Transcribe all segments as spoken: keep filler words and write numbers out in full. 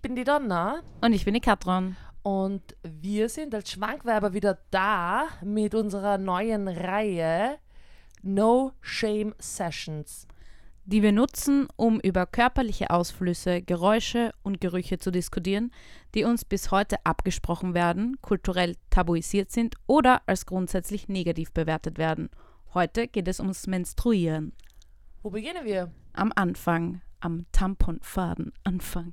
bin die Donna. Und ich bin die Katrin. Und wir sind als Schwankweiber wieder da mit unserer neuen Reihe No Shame Sessions, die wir nutzen, um über körperliche Ausflüsse, Geräusche und Gerüche zu diskutieren, die uns bis heute abgesprochen werden, kulturell tabuisiert sind oder als grundsätzlich negativ bewertet werden. Heute geht es ums Menstruieren. Wo beginnen wir? Am Anfang, am Tamponfaden Anfang.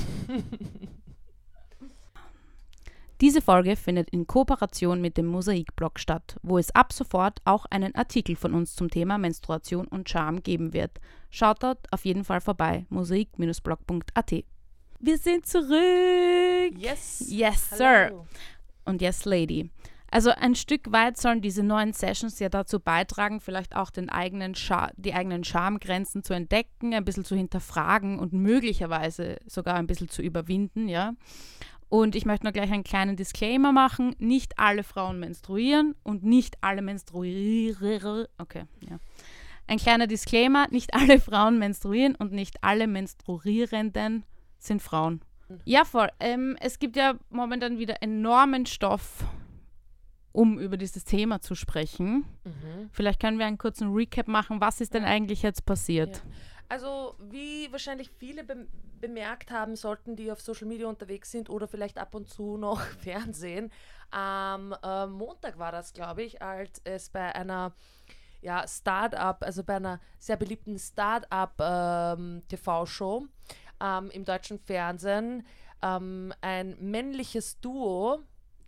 Diese Folge findet in Kooperation mit dem Mosaik-Blog statt, wo es ab sofort auch einen Artikel von uns zum Thema Menstruation und Scham geben wird. Schaut dort auf jeden Fall vorbei, mosaik Bindestrich blog Punkt a t. Wir sind zurück! Yes! Yes, Hello. Sir! Und yes, Lady. Also ein Stück weit sollen diese neuen Sessions ja dazu beitragen, vielleicht auch den eigenen Scha- die eigenen Schamgrenzen zu entdecken, ein bisschen zu hinterfragen und möglicherweise sogar ein bisschen zu überwinden, ja. Und ich möchte noch gleich einen kleinen Disclaimer machen. Nicht alle Frauen menstruieren und nicht alle menstruieren. Okay, ja. Ein kleiner Disclaimer. Nicht alle Frauen menstruieren und nicht alle Menstruierenden sind Frauen. Ja, voll. Ähm, es gibt ja momentan wieder enormen Stoff, um über dieses Thema zu sprechen. Mhm. Vielleicht können wir einen kurzen Recap machen. Was ist denn eigentlich jetzt passiert? Ja. Also, wie wahrscheinlich viele be- bemerkt haben sollten, die auf Social Media unterwegs sind oder vielleicht ab und zu noch Fernsehen. Am äh, Montag war das, glaube ich, als es bei einer ja, Start-up, also bei einer sehr beliebten Start-up-T V-Show ähm, im deutschen Fernsehen ähm, ein männliches Duo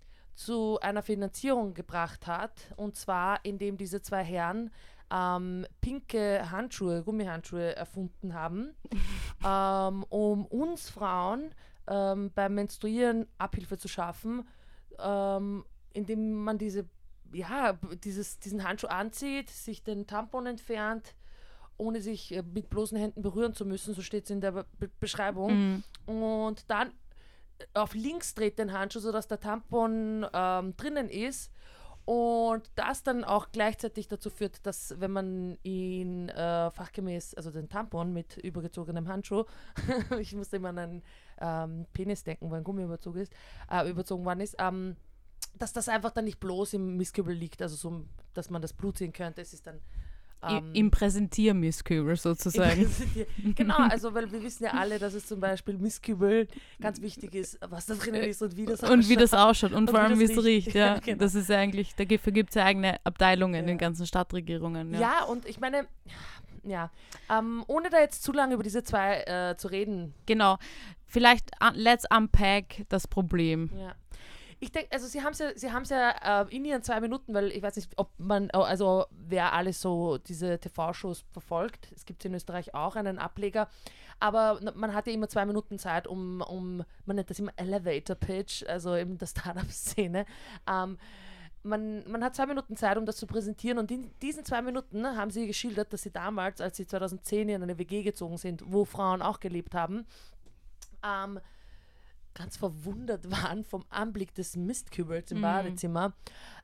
zu einer Finanzierung gebracht hat. Und zwar, indem diese zwei Herren Ähm, pinke Handschuhe, Gummihandschuhe erfunden haben, ähm, um uns Frauen ähm, beim Menstruieren Abhilfe zu schaffen, ähm, indem man diese, ja, dieses, diesen Handschuh anzieht, sich den Tampon entfernt, ohne sich äh, mit bloßen Händen berühren zu müssen, so steht es in der Be- Beschreibung. Mhm. Und dann auf links dreht den Handschuh, sodass der Tampon ähm, drinnen ist. Und das dann auch gleichzeitig dazu führt, dass wenn man ihn äh, fachgemäß, also den Tampon mit übergezogenem Handschuh, ich musste immer an einen ähm, Penis denken, wo ein Gummiüberzug ist, äh, überzogen worden ist, ähm, dass das einfach dann nicht bloß im Mistkübel liegt, also so, dass man das Blut sehen könnte. Es ist dann Ähm, Im Präsentiermistkübel sozusagen. Im Präsentier- genau, also weil wir wissen ja alle, dass es zum Beispiel Mistkübel ganz wichtig ist, was da drinnen ist und wie das ausschaut. Und wie das ausschaut und, und vor allem wie es riecht. riecht ja. Genau. Das ist ja eigentlich, dafür gibt es ja eigene Abteilungen ja. in den ganzen Stadtregierungen. Ja, ja, ja und ich meine, ja, ähm, ohne da jetzt zu lange über diese zwei äh, zu reden. Genau, vielleicht uh, let's unpack das Problem. Ja. Ich denke, also sie haben es ja, sie haben es ja äh, in ihren zwei Minuten, weil ich weiß nicht, ob man, also wer alles so diese T V-Shows verfolgt, es gibt in Österreich auch einen Ableger, aber man hat ja immer zwei Minuten Zeit, um, um man nennt das immer Elevator Pitch, also in der Startup-Szene, ähm, man, man hat zwei Minuten Zeit, um das zu präsentieren und in diesen zwei Minuten haben sie geschildert, dass sie damals, als sie zweitausendzehn in eine W G gezogen sind, wo Frauen auch gelebt haben, ähm, ganz verwundert waren vom Anblick des Mistkübels im mm. Badezimmer.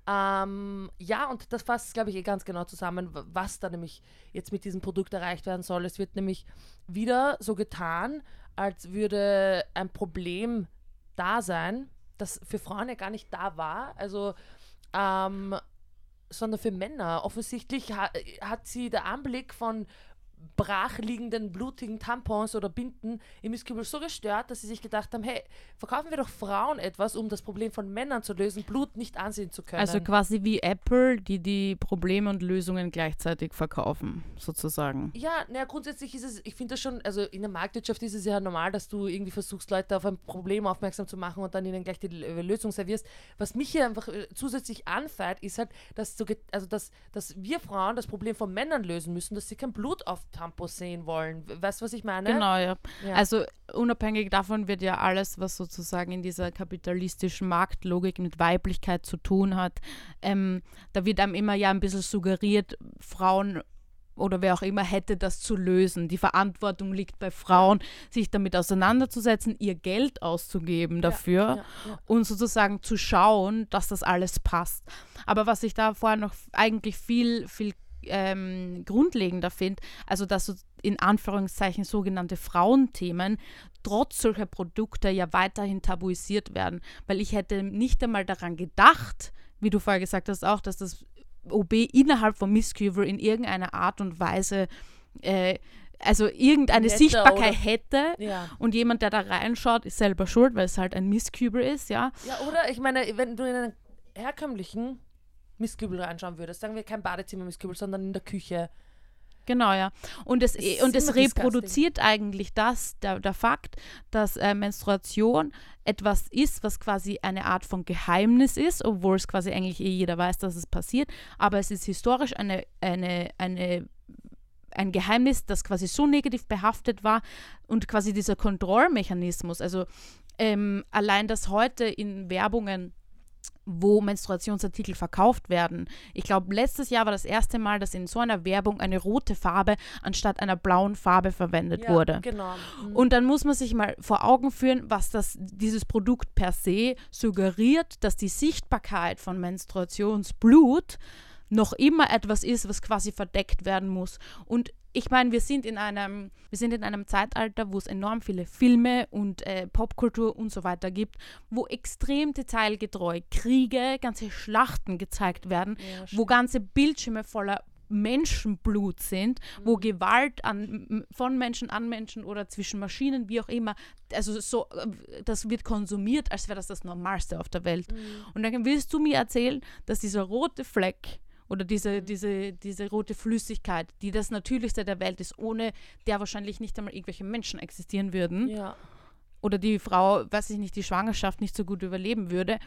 Ähm, ja, und das fasst, glaube ich, eh ganz genau zusammen, was da nämlich jetzt mit diesem Produkt erreicht werden soll. Es wird nämlich wieder so getan, als würde ein Problem da sein, das für Frauen ja gar nicht da war, also ähm, sondern für Männer. Offensichtlich ha- hat sie der Anblick von brachliegenden, blutigen Tampons oder Binden im Mistkübel so gestört, dass sie sich gedacht haben, hey, verkaufen wir doch Frauen etwas, um das Problem von Männern zu lösen, Blut nicht ansehen zu können. Also quasi wie Apple, die die Probleme und Lösungen gleichzeitig verkaufen, sozusagen. Ja, naja, grundsätzlich ist es, ich finde das schon, also in der Marktwirtschaft ist es ja normal, dass du irgendwie versuchst, Leute auf ein Problem aufmerksam zu machen und dann ihnen gleich die Lösung servierst. Was mich hier einfach zusätzlich anfällt, ist halt, dass, so get- also dass, dass wir Frauen das Problem von Männern lösen müssen, dass sie kein Blut auf Tampons sehen wollen. Weißt du, was ich meine? Genau, ja. ja. Also unabhängig davon wird ja alles, was sozusagen in dieser kapitalistischen Marktlogik mit Weiblichkeit zu tun hat, ähm, da wird einem immer ja ein bisschen suggeriert, Frauen oder wer auch immer hätte das zu lösen. Die Verantwortung liegt bei Frauen, sich damit auseinanderzusetzen, ihr Geld auszugeben dafür ja, ja, ja. und sozusagen zu schauen, dass das alles passt. Aber was ich da vorher noch eigentlich viel, viel Ähm, grundlegender finde, also dass so in Anführungszeichen sogenannte Frauenthemen trotz solcher Produkte ja weiterhin tabuisiert werden. Weil ich hätte nicht einmal daran gedacht, wie du vorher gesagt hast auch, dass das O B innerhalb von Miss Coover in irgendeiner Art und Weise äh, also irgendeine Netter Sichtbarkeit oder- hätte Ja. und jemand, der da reinschaut, ist selber schuld, weil es halt ein Miss Coover ist, ja. Ja, oder ich meine, wenn du in einen herkömmlichen Misskübel reinschauen würdest, sagen wir kein Badezimmer Misskübel, sondern in der Küche. Genau, ja. Und es, Es ist und es immer disgusting. reproduziert eigentlich das, der, der Fakt, dass äh, Menstruation etwas ist, was quasi eine Art von Geheimnis ist, obwohl es quasi eigentlich eh jeder weiß, dass es passiert. Aber es ist historisch eine, eine, eine, ein Geheimnis, das quasi so negativ behaftet war und quasi dieser Kontrollmechanismus, also ähm, allein, dass heute in Werbungen wo Menstruationsartikel verkauft werden. Ich glaube, letztes Jahr war das erste Mal, dass in so einer Werbung eine rote Farbe anstatt einer blauen Farbe verwendet Ja, wurde. genau. Mhm. Und dann muss man sich mal vor Augen führen, was das, dieses Produkt per se suggeriert, dass die Sichtbarkeit von Menstruationsblut noch immer etwas ist, was quasi verdeckt werden muss. Und ich meine, wir sind in einem, wir sind in einem Zeitalter, wo es enorm viele Filme und äh, Popkultur und so weiter gibt, wo extrem detailgetreu Kriege, ganze Schlachten gezeigt werden, Ja, wo stimmt. ganze Bildschirme voller Menschenblut sind, wo Gewalt an, m- von Menschen an Menschen oder zwischen Maschinen, wie auch immer, also so, äh, das wird konsumiert, als wäre das das Normalste auf der Welt. Mhm. Und dann willst du mir erzählen, dass dieser rote Fleck oder diese, diese, diese rote Flüssigkeit, die das Natürlichste der Welt ist, ohne der wahrscheinlich nicht einmal irgendwelche Menschen existieren würden Ja. oder die Frau, weiß ich nicht, die Schwangerschaft nicht so gut überleben würde,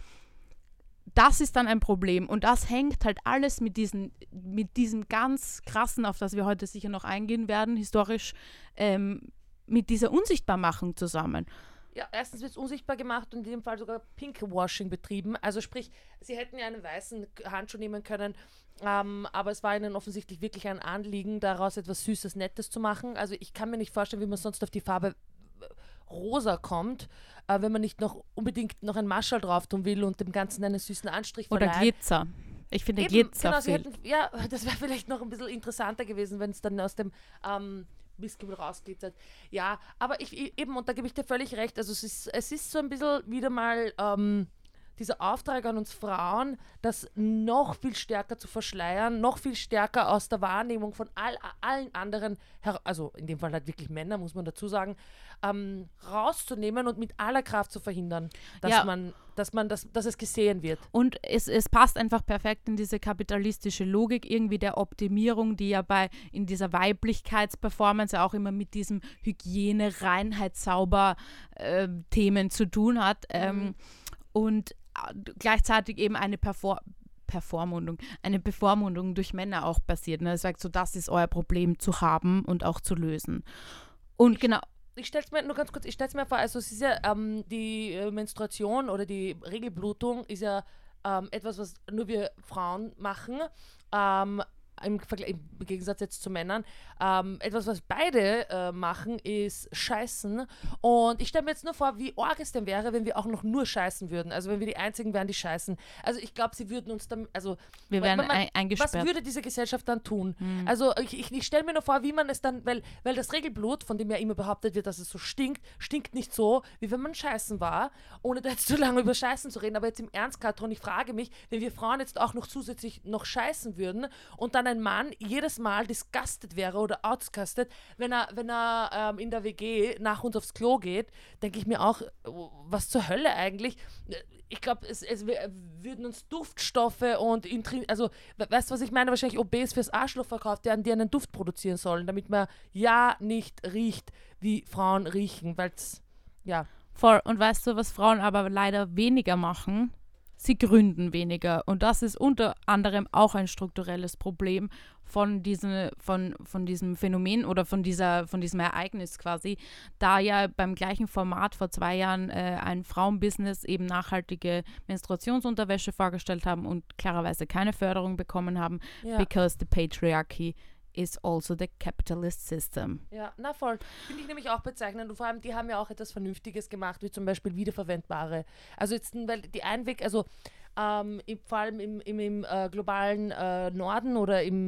das ist dann ein Problem. Und das hängt halt alles mit, diesen, mit diesem ganz krassen, auf das wir heute sicher noch eingehen werden, historisch, ähm, mit dieser Unsichtbarmachung zusammen. Ja, erstens wird es unsichtbar gemacht und in dem Fall sogar Pinkwashing betrieben. Also sprich, sie hätten ja einen weißen Handschuh nehmen können, ähm, aber es war ihnen offensichtlich wirklich ein Anliegen, daraus etwas Süßes, Nettes zu machen. Also ich kann mir nicht vorstellen, wie man sonst auf die Farbe äh, rosa kommt, äh, wenn man nicht noch unbedingt noch ein Marschall drauf tun will und dem Ganzen einen süßen Anstrich Oder verleiht. Glitzer. Ich finde Eben, Glitzer genau, sie fehlt. hätten, ja, das wäre vielleicht noch ein bisschen interessanter gewesen, wenn es dann aus dem ähm, Biscuit rausglitzert. Ja, aber ich ich- eben, und da gebe ich dir völlig recht, also es ist, es ist so ein bisschen wieder mal ähm, dieser Auftrag an uns Frauen, das noch viel stärker zu verschleiern, noch viel stärker aus der Wahrnehmung von all, allen anderen, her- also in dem Fall halt wirklich Männer, muss man dazu sagen, ähm, rauszunehmen und mit aller Kraft zu verhindern, dass Ja. man, dass man das, dass es gesehen wird. Und es, es passt einfach perfekt in diese kapitalistische Logik irgendwie der Optimierung, die ja bei in dieser Weiblichkeitsperformance ja auch immer mit diesem Hygiene, Reinheit, Sauber äh, Themen zu tun hat. Ähm, und äh, gleichzeitig eben eine Perfor Performundung, eine Bevormundung durch Männer auch passiert. Ne? Es sagt so, das ist euer Problem zu haben und auch zu lösen. Und genau, Ich stelle es mir nur ganz kurz, ich stelle es mir vor, also es ist ja ähm, die äh, Menstruation oder die Regelblutung ist ja ähm, etwas, was nur wir Frauen machen, ähm, im, Vergleich, im Gegensatz jetzt zu Männern. Ähm, etwas, was beide äh, machen, ist Scheißen. Und ich stelle mir jetzt nur vor, wie arg es denn wäre, wenn wir auch noch nur scheißen würden. Also wenn wir die Einzigen wären, die scheißen. Also ich glaube, sie würden uns dann, also wir weil werden man- ein, was eingesperrt. würde diese Gesellschaft dann tun? Hm. Also ich, ich, ich stelle mir nur vor, wie man es dann, weil, weil das Regelblut, von dem ja immer behauptet wird, dass es so stinkt, stinkt nicht so, wie wenn man scheißen war, ohne da jetzt zu lange über Scheißen zu reden. Aber jetzt im Ernst, Katrin, ich frage mich, wenn wir Frauen jetzt auch noch zusätzlich noch scheißen würden und dann ein Mann jedes Mal disgusted wäre oder outcasted, wenn er, wenn er ähm, in der W G nach uns aufs Klo geht, denke ich mir auch, was zur Hölle eigentlich? Ich glaube, es, es wär- würden uns Duftstoffe und Intrin also we- weißt du, was ich meine? Wahrscheinlich O Bs fürs Arschloch verkauft werden, die einen Duft produzieren sollen, damit man ja nicht riecht, wie Frauen riechen, weil es, ja, Voll. Und weißt du, was Frauen aber leider weniger machen? Sie gründen weniger. Und das ist unter anderem auch ein strukturelles Problem von, diesen, von, von diesem Phänomen oder von, dieser, von diesem Ereignis quasi, da ja beim gleichen Format vor zwei Jahren äh, ein Frauenbusiness eben nachhaltige Menstruationsunterwäsche vorgestellt haben und klarerweise keine Förderung bekommen haben, ja. because the patriarchy is also the capitalist system. Ja, na voll. Finde ich nämlich auch bezeichnend. Und vor allem, die haben ja auch etwas Vernünftiges gemacht, wie zum Beispiel wiederverwendbare. Also jetzt, weil die Einweg, also ähm, im, vor allem im, im, im äh, globalen äh, Norden oder im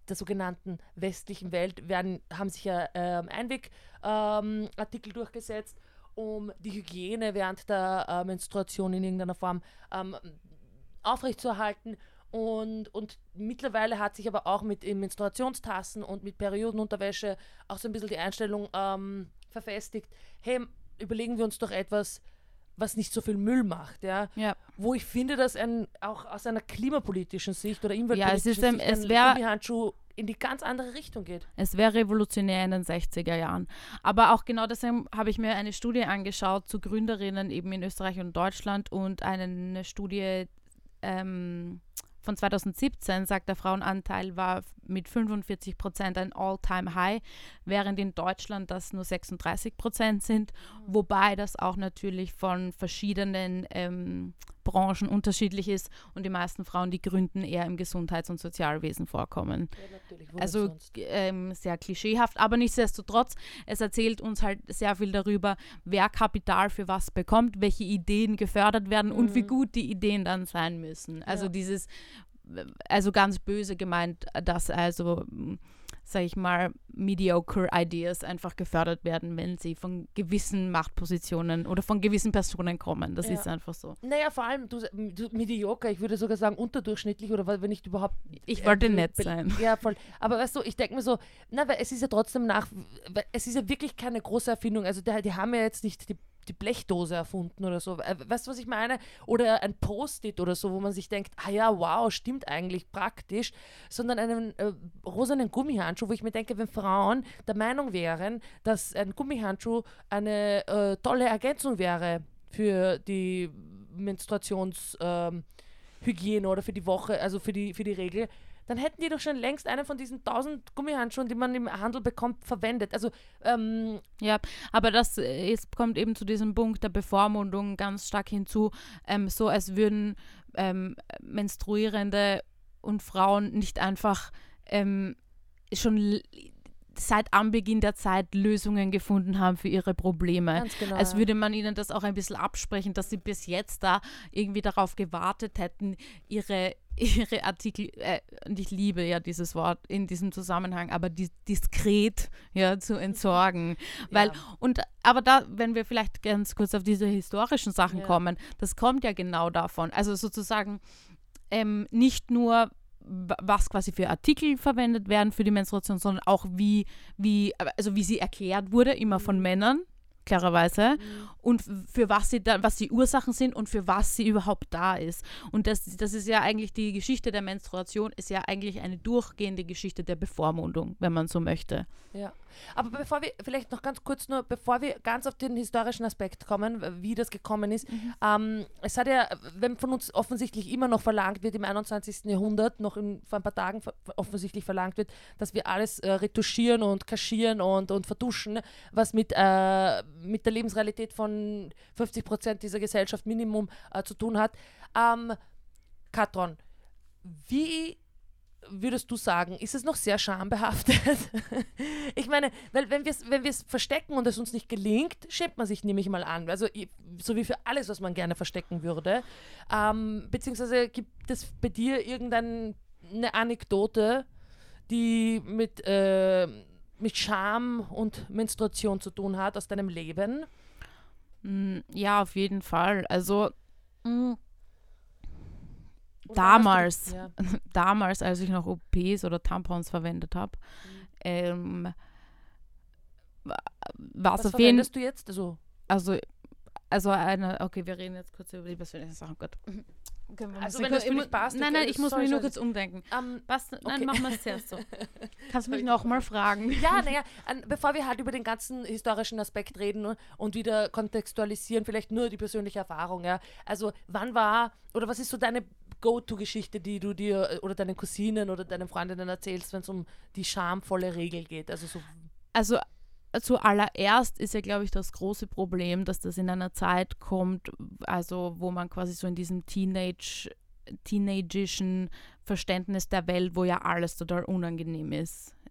der sogenannten westlichen Welt werden, haben sich ja ähm, Einwegartikel ähm, durchgesetzt, um die Hygiene während der äh, Menstruation in irgendeiner Form ähm, aufrechtzuerhalten. Und, und mittlerweile hat sich aber auch mit Menstruationstassen und mit Periodenunterwäsche auch so ein bisschen die Einstellung ähm, verfestigt, hey, überlegen wir uns doch etwas, was nicht so viel Müll macht, ja. ja. Wo ich finde, dass ein, auch aus einer klimapolitischen Sicht oder Ja, es umweltpolitischen ist, ähm, Sicht es ein wär- Gummihandschuh in die ganz andere Richtung geht. Es wäre revolutionär in den sechziger Jahren. Aber auch genau deswegen habe ich mir eine Studie angeschaut zu Gründerinnen eben in Österreich und Deutschland und eine Studie ähm, von zweitausendsiebzehn sagt, der Frauenanteil war mit fünfundvierzig Prozent ein All-Time-High, während in Deutschland das nur sechsunddreißig Prozent sind, wobei das auch natürlich von verschiedenen ähm, Branchen unterschiedlich ist und die meisten Frauen, die gründen, eher im Gesundheits- und Sozialwesen vorkommen. Ja, natürlich. Wo Also sonst? ähm, sehr klischeehaft, aber nichtsdestotrotz, es erzählt uns halt sehr viel darüber, wer Kapital für was bekommt, welche Ideen gefördert werden Mhm. und wie gut die Ideen dann sein müssen. Also Ja. dieses, also ganz böse gemeint, dass also, sage ich mal, mediocre Ideas einfach gefördert werden, wenn sie von gewissen Machtpositionen oder von gewissen Personen kommen. Das Ja. ist einfach so. Naja, vor allem du, du mediocre, ich würde sogar sagen unterdurchschnittlich oder wenn nicht überhaupt. Ich wollte äh, nett be- sein. Ja, voll. Aber weißt du, ich denke mir so, na, weil es ist ja trotzdem nach, weil es ist ja wirklich keine große Erfindung. Also die, die haben ja jetzt nicht die, die Blechdose erfunden oder so. Äh, Weißt du, was ich meine? Oder ein Post-it oder so, wo man sich denkt, ah ja, wow, stimmt eigentlich praktisch, sondern einen äh, rosanen Gummihandschuh, wo ich mir denke, wenn Frauen der Meinung wären, dass ein Gummihandschuh eine äh, tolle Ergänzung wäre für die Menstruationshygiene ähm, oder für die Woche, also für die, für die Regel, dann hätten die doch schon längst einen von diesen tausend Gummihandschuhen, die man im Handel bekommt, verwendet. Also, ähm, Ja, aber das äh, es kommt eben zu diesem Punkt der Bevormundung ganz stark hinzu, ähm, so als würden ähm, Menstruierende und Frauen nicht einfach ähm, schon l- seit Anbeginn der Zeit Lösungen gefunden haben für ihre Probleme. ganz genau. Als würde man ihnen das auch ein bisschen absprechen, dass sie bis jetzt da irgendwie darauf gewartet hätten, ihre, ihre Artikel, äh, und ich liebe ja dieses Wort in diesem Zusammenhang, aber dis diskret ja, zu entsorgen. Weil, Ja. und aber da, wenn wir vielleicht ganz kurz auf diese historischen Sachen Ja. kommen, das kommt ja genau davon. Also sozusagen ähm, nicht nur wa- was quasi für Artikel verwendet werden für die Menstruation, sondern auch wie, wie, also wie sie erklärt wurde, immer von Männern, klarerweise, und f- für was sie da, was die Ursachen sind und für was sie überhaupt da ist. Und das, das ist ja eigentlich die Geschichte der Menstruation, ist ja eigentlich eine durchgehende Geschichte der Bevormundung, wenn man so möchte. Ja, aber bevor wir, vielleicht noch ganz kurz nur, bevor wir ganz auf den historischen Aspekt kommen, wie das gekommen ist, ähm, es hat ja, wenn von uns offensichtlich immer noch verlangt wird, im einundzwanzigsten Jahrhundert, noch in, vor ein paar Tagen ver offensichtlich verlangt wird, dass wir alles äh, retuschieren und kaschieren und, und vertuschen, was mit, äh, mit der Lebensrealität von fünfzig Prozent dieser Gesellschaft Minimum äh, zu tun hat. Ähm, Katron, wie würdest du sagen, ist es noch sehr schambehaftet? Ich meine, weil wenn wir es wenn wir es verstecken und es uns nicht gelingt, schämt man sich nämlich mal an. Also i- so wie für alles, was man gerne verstecken würde. Ähm, beziehungsweise gibt es bei dir irgendeine Anekdote, die mit, äh, mit Scham und Menstruation zu tun hat aus deinem Leben? Mm, Ja, auf jeden Fall. Also mm, Und damals, Ja. damals, als ich noch O Ps oder Tampons verwendet habe, Mhm. ähm, war Was es auf jeden verwendest du jetzt? Also, also also eine, okay, wir reden jetzt kurz über die persönlichen Sachen. Gut. Können wir Also uns wenn kurz- das für ich dich mu- passt, Nein, okay, nein, ich muss sorry, mich nur sorry. kurz umdenken. ähm, Was? Nein, Okay. machen wir es zuerst so. Kannst du mich Sorry. nochmal fragen? Ja, naja, an- bevor wir halt über den ganzen historischen Aspekt reden, ne, und wieder kontextualisieren, vielleicht nur die persönliche Erfahrung, ja. Also, wann war, oder was ist so deine Go-To-Geschichte, die du dir äh, oder deinen Cousinen oder deinen Freundinnen erzählst, wenn es um die schamvolle Regel geht? Also so, Also zuallererst ist ja, glaube ich, das große Problem, dass das in einer Zeit kommt, also wo man quasi so in diesem Teenage, teenagischen Verständnis der Welt, wo ja alles total unangenehm ist.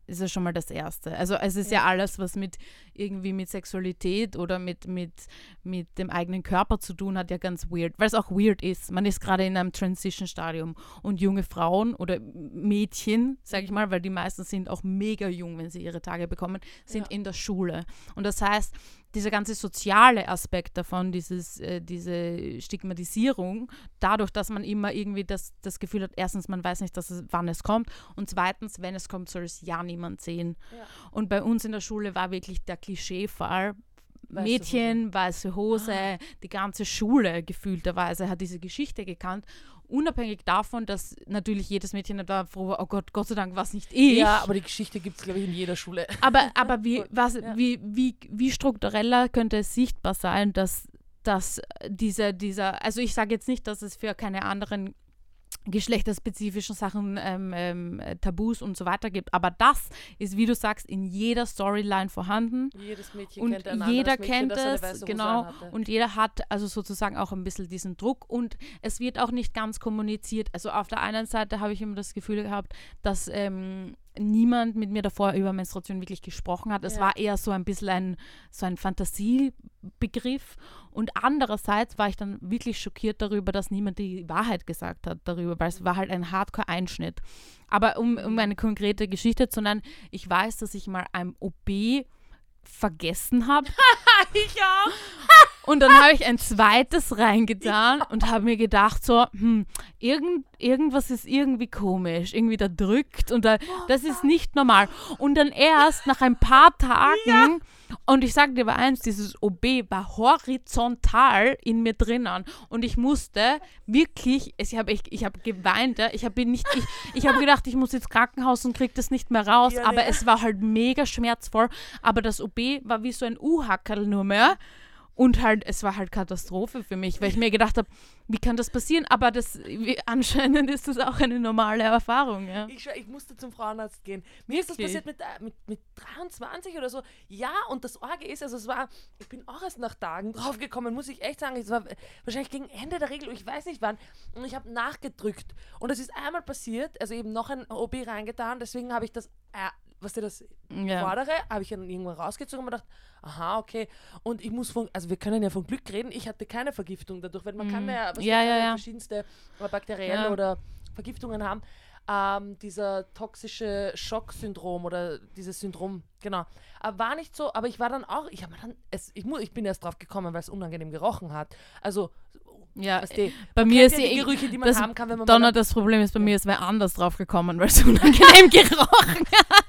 ist ja schon mal das Erste. Also es ist ja, ja alles, was mit irgendwie mit Sexualität oder mit, mit, mit dem eigenen Körper zu tun hat, ja ganz weird, weil es auch weird ist. Man ist gerade in einem Transition-Stadium und junge Frauen oder Mädchen, sage ich mal, weil die meisten sind auch mega jung, wenn sie ihre Tage bekommen, sind ja. in der Schule. Und das heißt, dieser ganze soziale Aspekt davon, dieses, äh, diese Stigmatisierung, dadurch, dass man immer irgendwie das, das Gefühl hat, erstens, man weiß nicht, dass es, wann es kommt und zweitens, wenn es kommt, soll es ja niemand sehen. Ja. Und bei uns in der Schule war wirklich der Klischeefall, Weiße Mädchen, Hose. weiße Hose, ah. die ganze Schule gefühlterweise hat diese Geschichte gekannt. Unabhängig davon, dass natürlich jedes Mädchen da froh war, oh Gott, Gott sei Dank war es nicht ich. Ja, aber die Geschichte gibt es, glaube ich, in jeder Schule. Aber, aber wie, was, ja. wie, wie, wie struktureller könnte es sichtbar sein, dass, dass dieser, dieser, also ich sage jetzt nicht, dass es für keine anderen geschlechterspezifischen Sachen, ähm, ähm, Tabus und so weiter gibt. Aber das ist, wie du sagst, in jeder Storyline vorhanden. Jedes Mädchen und kennt ein jeder Mädchen, kennt das eine es, weiße genau. Hose anhatte. Und jeder hat also sozusagen auch ein bisschen diesen Druck und es wird auch nicht ganz kommuniziert. Also auf der einen Seite habe ich immer das Gefühl gehabt, dass ähm, niemand mit mir davor über Menstruation wirklich gesprochen hat. Es ja. war eher so ein bisschen ein, so ein Fantasiebegriff. Und andererseits war ich dann wirklich schockiert darüber, dass niemand die Wahrheit gesagt hat darüber, weil es war halt ein Hardcore-Einschnitt. Aber um, um eine konkrete Geschichte zu nennen, ich weiß, dass ich mal ein O B vergessen habe. Ich auch. Und dann habe ich ein zweites reingetan und habe mir gedacht so, hm, irgend, irgendwas ist irgendwie komisch, irgendwie da drückt und da, das ist nicht normal. Und dann erst nach ein paar Tagen, ja. und ich sage dir aber eins, dieses O B war horizontal in mir drinnen und ich musste wirklich, ich habe ich, ich hab geweint, ich habe nicht, ich, ich habe gedacht, ich muss ins Krankenhaus und kriege das nicht mehr raus, ja, aber ja. es war halt mega schmerzvoll, aber das O B war wie so ein U-Hackerl nur mehr. Und halt, es war halt Katastrophe für mich, weil ich mir gedacht habe, wie kann das passieren? Aber das, wie, anscheinend ist das auch eine normale Erfahrung. Ja. Ich, ich musste zum Frauenarzt gehen. Mir ist das passiert mit, mit, mit dreiundzwanzig oder so. Ja, und das Orge ist, also es war, ich bin auch erst nach Tagen draufgekommen, muss ich echt sagen. Es war wahrscheinlich gegen Ende der Regel, ich weiß nicht wann. Und ich habe nachgedrückt. Und das ist einmal passiert, also eben noch ein O B reingetan, deswegen habe ich das... Äh, was dir das ja. fordere, habe ich dann irgendwann rausgezogen und mir gedacht, aha, okay. Und ich muss von, also wir können ja von Glück reden, ich hatte keine Vergiftung dadurch, weil man mm. kann ja, was ja, ja, ja. verschiedenste bakterielle ja. oder Vergiftungen haben. Ähm, dieser toxische Schocksyndrom oder dieses Syndrom, genau. Aber war nicht so, aber ich war dann auch, ich habe mir dann, es, ich, mu, ich bin erst drauf gekommen, weil es unangenehm gerochen hat. Also, ja, weißt du, bei mir ist ja die Gerüche, die man das, haben kann, wenn man Donner, das Problem ist, bei ja. mir ist wer anders drauf gekommen, weil es unangenehm gerochen hat.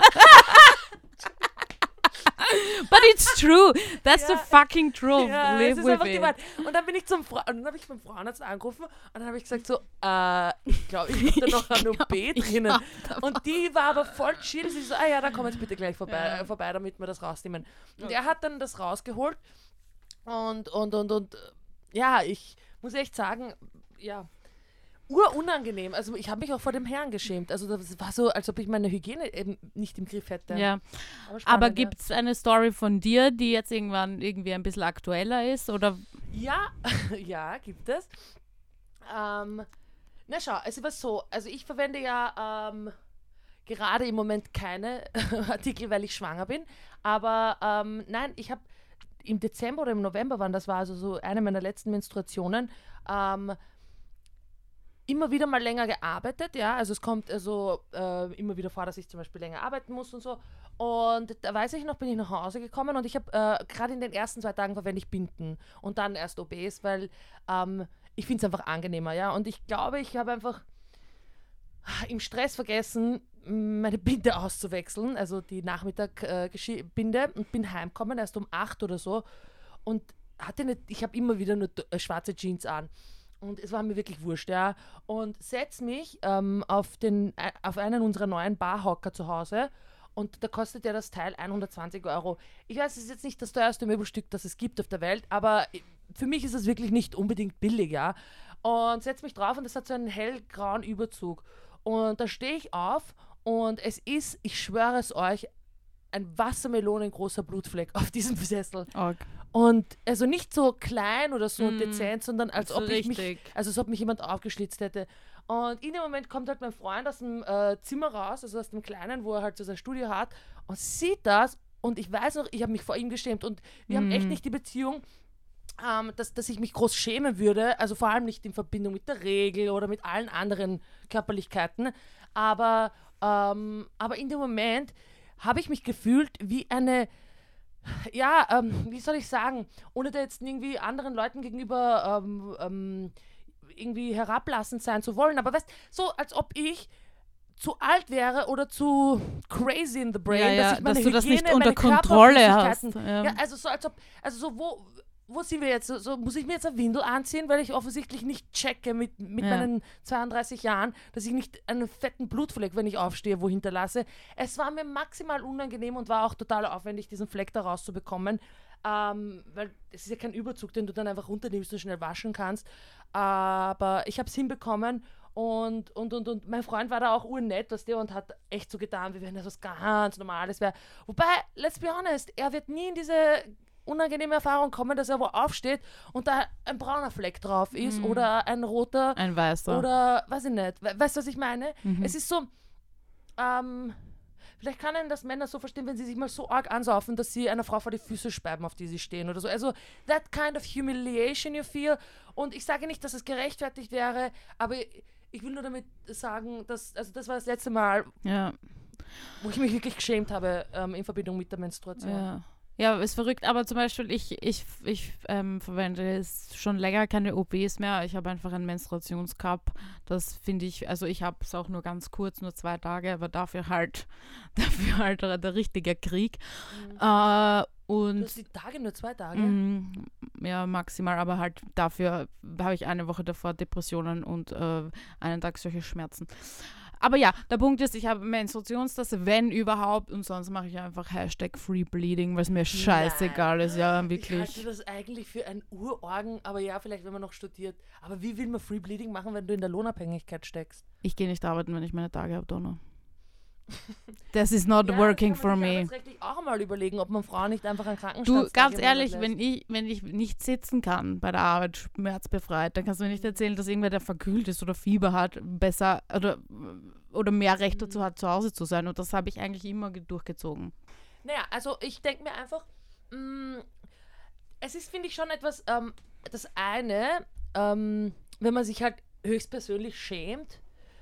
But it's true. That's ja. the fucking truth. Ja, Live with it. Und dann bin ich zum Fra- und dann habe ich beim Frauenarzt angerufen und dann habe ich gesagt so, äh, ich glaube, ich habe da noch ein O B drinnen. Und die war aber voll chill. Sie so, ah ja, dann komm jetzt bitte gleich vorbei, ja. äh, vorbei, damit wir das rausnehmen. Und okay. er hat dann das rausgeholt und, und, und, und, ja, ich muss echt sagen, ja, urunangenehm. Also ich habe mich auch vor dem Herrn geschämt. Also das war so, als ob ich meine Hygiene eben nicht im Griff hätte. Ja. Aber, Aber gibt es ja. eine Story von dir, die jetzt irgendwann irgendwie ein bisschen aktueller ist? Oder? Ja, ja, gibt es. Ähm, na schau, es war so, also ich verwende ja ähm, gerade im Moment keine Artikel, weil ich schwanger bin. Aber ähm, nein, ich habe im Dezember oder im November, wann das war, also so eine meiner letzten Menstruationen, ähm, immer wieder mal länger gearbeitet, ja, also es kommt also äh, immer wieder vor, dass ich zum Beispiel länger arbeiten muss und so. Und da weiß ich noch, bin ich nach Hause gekommen und ich habe äh, gerade in den ersten zwei Tagen verwende ich Binden und dann erst O Bs, weil ähm, ich finde es einfach angenehmer, ja. Und ich glaube, ich habe einfach im Stress vergessen, meine Binde auszuwechseln, also die Nachmittag-Binde äh, und bin heimgekommen, erst um acht oder so und hatte nicht, ich habe immer wieder nur äh, schwarze Jeans an. Und es war mir wirklich wurscht, ja. Und setz mich ähm, auf, den, äh, auf einen unserer neuen Barhocker zu Hause und da kostet ja das Teil hundertzwanzig Euro. Ich weiß, es ist jetzt nicht das teuerste Möbelstück, das es gibt auf der Welt, aber für mich ist es wirklich nicht unbedingt billig, ja. Und setz mich drauf und es hat so einen hellgrauen Überzug. Und da stehe ich auf und es ist, ich schwöre es euch, ein wassermelonengroßer Blutfleck auf diesem Sessel. Okay. Und also nicht so klein oder so Mm. dezent, sondern als So ob ich mich, richtig. also als ob mich jemand aufgeschlitzt hätte. Und in dem Moment kommt halt mein Freund aus dem äh, Zimmer raus, also aus dem Kleinen, wo er halt so sein Studio hat, und sieht das. Und ich weiß noch, ich habe mich vor ihm geschämt. Und wir haben echt Mm. nicht die Beziehung, ähm, dass, dass ich mich groß schämen würde. Also vor allem nicht in Verbindung mit der Regel oder mit allen anderen Körperlichkeiten. Aber, ähm, aber in dem Moment habe ich mich gefühlt wie eine, ja, ähm, wie soll ich sagen, ohne da jetzt irgendwie anderen Leuten gegenüber ähm, ähm, irgendwie herablassend sein zu wollen. Aber weißt, so als ob ich zu alt wäre oder zu crazy in the brain, Ja, ja, dass ich meine dass du das Hygiene, nicht unter meine Kontrolle hast. Körperflüssigkeiten- Ja. Ja, also so als ob, also so wo, wo sind wir jetzt? So, so, muss ich mir jetzt eine Windel anziehen, weil ich offensichtlich nicht checke mit, mit Ja. meinen zweiunddreißig Jahren, dass ich nicht einen fetten Blutfleck, wenn ich aufstehe, wo hinterlasse. Es war mir maximal unangenehm und war auch total aufwendig, diesen Fleck da rauszubekommen. Ähm, weil es ist ja kein Überzug, den du dann einfach runternimmst und schnell waschen kannst. Aber ich habe es hinbekommen und, und, und, und mein Freund war da auch urnett, was der und hat echt so getan, wie wenn das was ganz Normales wäre. Wobei, let's be honest, er wird nie in diese unangenehme Erfahrung kommen, dass er wo aufsteht und da ein brauner Fleck drauf ist Mhm. oder ein roter Ein weißer. oder, weiß ich nicht. We weißt du, was ich meine? Mhm. Es ist so, ähm, vielleicht kann einen das Männer so verstehen, wenn sie sich mal so arg ansaufen, dass sie einer Frau vor die Füße speiben, auf die sie stehen oder so. Also, that kind of humiliation you feel. Und ich sage nicht, dass es gerechtfertigt wäre, aber ich will nur damit sagen, dass, also das war das letzte Mal, Ja. wo ich mich wirklich geschämt habe ähm, in Verbindung mit der Menstruation. Ja. Ja, ist verrückt, aber zum Beispiel, ich, ich, ich ähm, verwende jetzt schon länger keine O Bs mehr. Ich habe einfach einen Menstruationscup. Das finde ich, also ich habe es auch nur ganz kurz, nur zwei Tage, aber dafür halt, dafür halt der, der richtige Krieg. Mhm. Äh, Du und hast die Tage, nur zwei Tage? mm, ja, maximal, aber halt dafür habe ich eine Woche davor Depressionen und äh, einen Tag solche Schmerzen. Aber ja, der Punkt ist, ich habe Menstruationstasse, wenn überhaupt, und sonst mache ich einfach Hashtag Free Bleeding, weil es mir scheißegal ist, ja, Ich wirklich. halte das eigentlich für ein Urorgen, aber ja, vielleicht, wenn man noch studiert. Aber wie will man Free Bleeding machen, wenn du in der Lohnabhängigkeit steckst? Ich gehe nicht arbeiten, wenn ich meine Tage habe, Donner. This is not Ja, working das for kann man sich me. arbeitsrechtlich auch mal überlegen, ob man Frauen nicht einfach einen Krankenstand Du, ganz ehrlich, wenn ich, wenn ich nicht sitzen kann bei der Arbeit, schmerzbefreit, dann kannst du mir nicht erzählen, dass irgendwer, der verkühlt ist oder Fieber hat, besser oder, oder mehr Recht dazu hat, zu Hause zu sein. Und das habe ich eigentlich immer ge- durchgezogen. Naja, also ich denke mir einfach, mh, es ist, finde ich, schon etwas, ähm, das eine, ähm, wenn man sich halt höchstpersönlich schämt,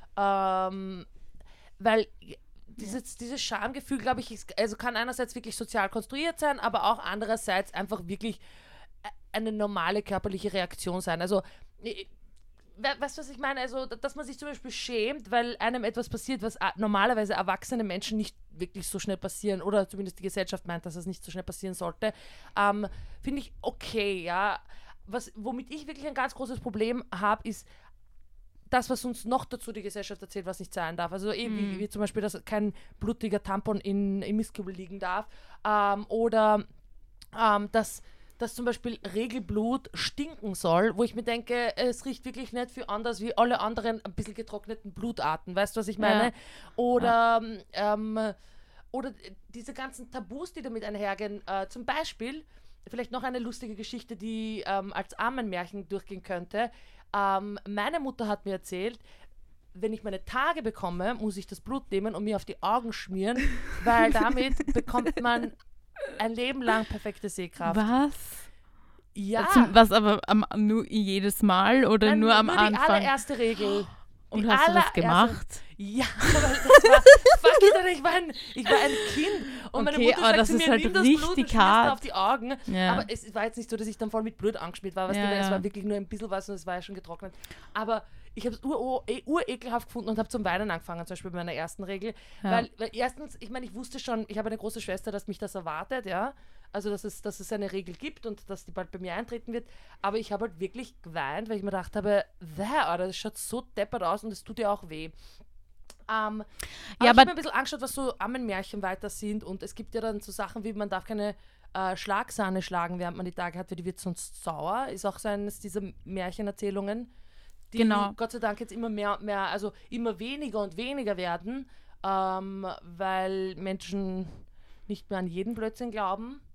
ähm, weil dieses, dieses Schamgefühl, glaube ich, ist, also kann einerseits wirklich sozial konstruiert sein, aber auch andererseits einfach wirklich ä- eine normale körperliche Reaktion sein. Also, äh, we- weißt du, was ich meine? Also, d- dass man sich zum Beispiel schämt, weil einem etwas passiert, was a- normalerweise erwachsene Menschen nicht wirklich so schnell passieren, oder zumindest die Gesellschaft meint, dass es nicht so schnell passieren sollte, ähm, finde ich okay, ja. Was, womit ich wirklich ein ganz großes Problem habe, ist das, was uns noch dazu die Gesellschaft erzählt, was nicht sein darf. Also eh, wie, Mhm. wie zum Beispiel, dass kein blutiger Tampon in, im Mistkübel liegen darf. Ähm, oder ähm, dass, dass zum Beispiel Regelblut stinken soll, wo ich mir denke, es riecht wirklich nicht viel anders wie alle anderen ein bisschen getrockneten Blutarten. Weißt du, was ich meine? Ja. Oder, ähm, oder diese ganzen Tabus, die damit einhergehen. Äh, zum Beispiel, vielleicht noch eine lustige Geschichte, die ähm, als Armenmärchen durchgehen könnte. Ähm, meine Mutter hat mir erzählt, wenn ich meine Tage bekomme, muss ich das Blut nehmen und mir auf die Augen schmieren, weil damit bekommt man ein Leben lang perfekte Sehkraft. Was? Ja, Zum, was aber am, nur jedes Mal oder nein, nur am die Anfang? allererste Regel. Und die hast du das allererste- gemacht? Ja, weil das war, fuck it, ich war ein, ich war ein Kind und meine Okay, Mutter aber sagt das zu ist mir, halt nimm das Blut und richtig schmier's mir hart. auf die Augen. Ja. Aber es war jetzt nicht so, dass ich dann voll mit Blut angeschmiert war, weißt Ja, du, weil es ja. war wirklich nur ein bisschen was und es war ja schon getrocknet. Aber ich habe es ur, ur, urekelhaft gefunden und habe zum Weinen angefangen, zum Beispiel bei meiner ersten Regel. Ja. Weil, weil erstens, ich meine, ich wusste schon, ich habe eine große Schwester, dass mich das erwartet, ja. Also, dass es, dass es eine Regel gibt und dass die bald bei mir eintreten wird. Aber ich habe halt wirklich geweint, weil ich mir gedacht habe, wer, Alter, das schaut so deppert aus und es tut ja auch weh. Ähm, aber Ja, ich aber- habe mir ein bisschen angeschaut, was so Ammenmärchen weiter sind und es gibt ja dann so Sachen wie, man darf keine äh, Schlagsahne schlagen, während man die Tage hat, weil die wird sonst sauer. Ist auch so eines dieser Märchenerzählungen, die Genau. Gott sei Dank jetzt immer mehr, mehr, also immer weniger und weniger werden, ähm, weil Menschen nicht mehr an jeden Blödsinn glauben.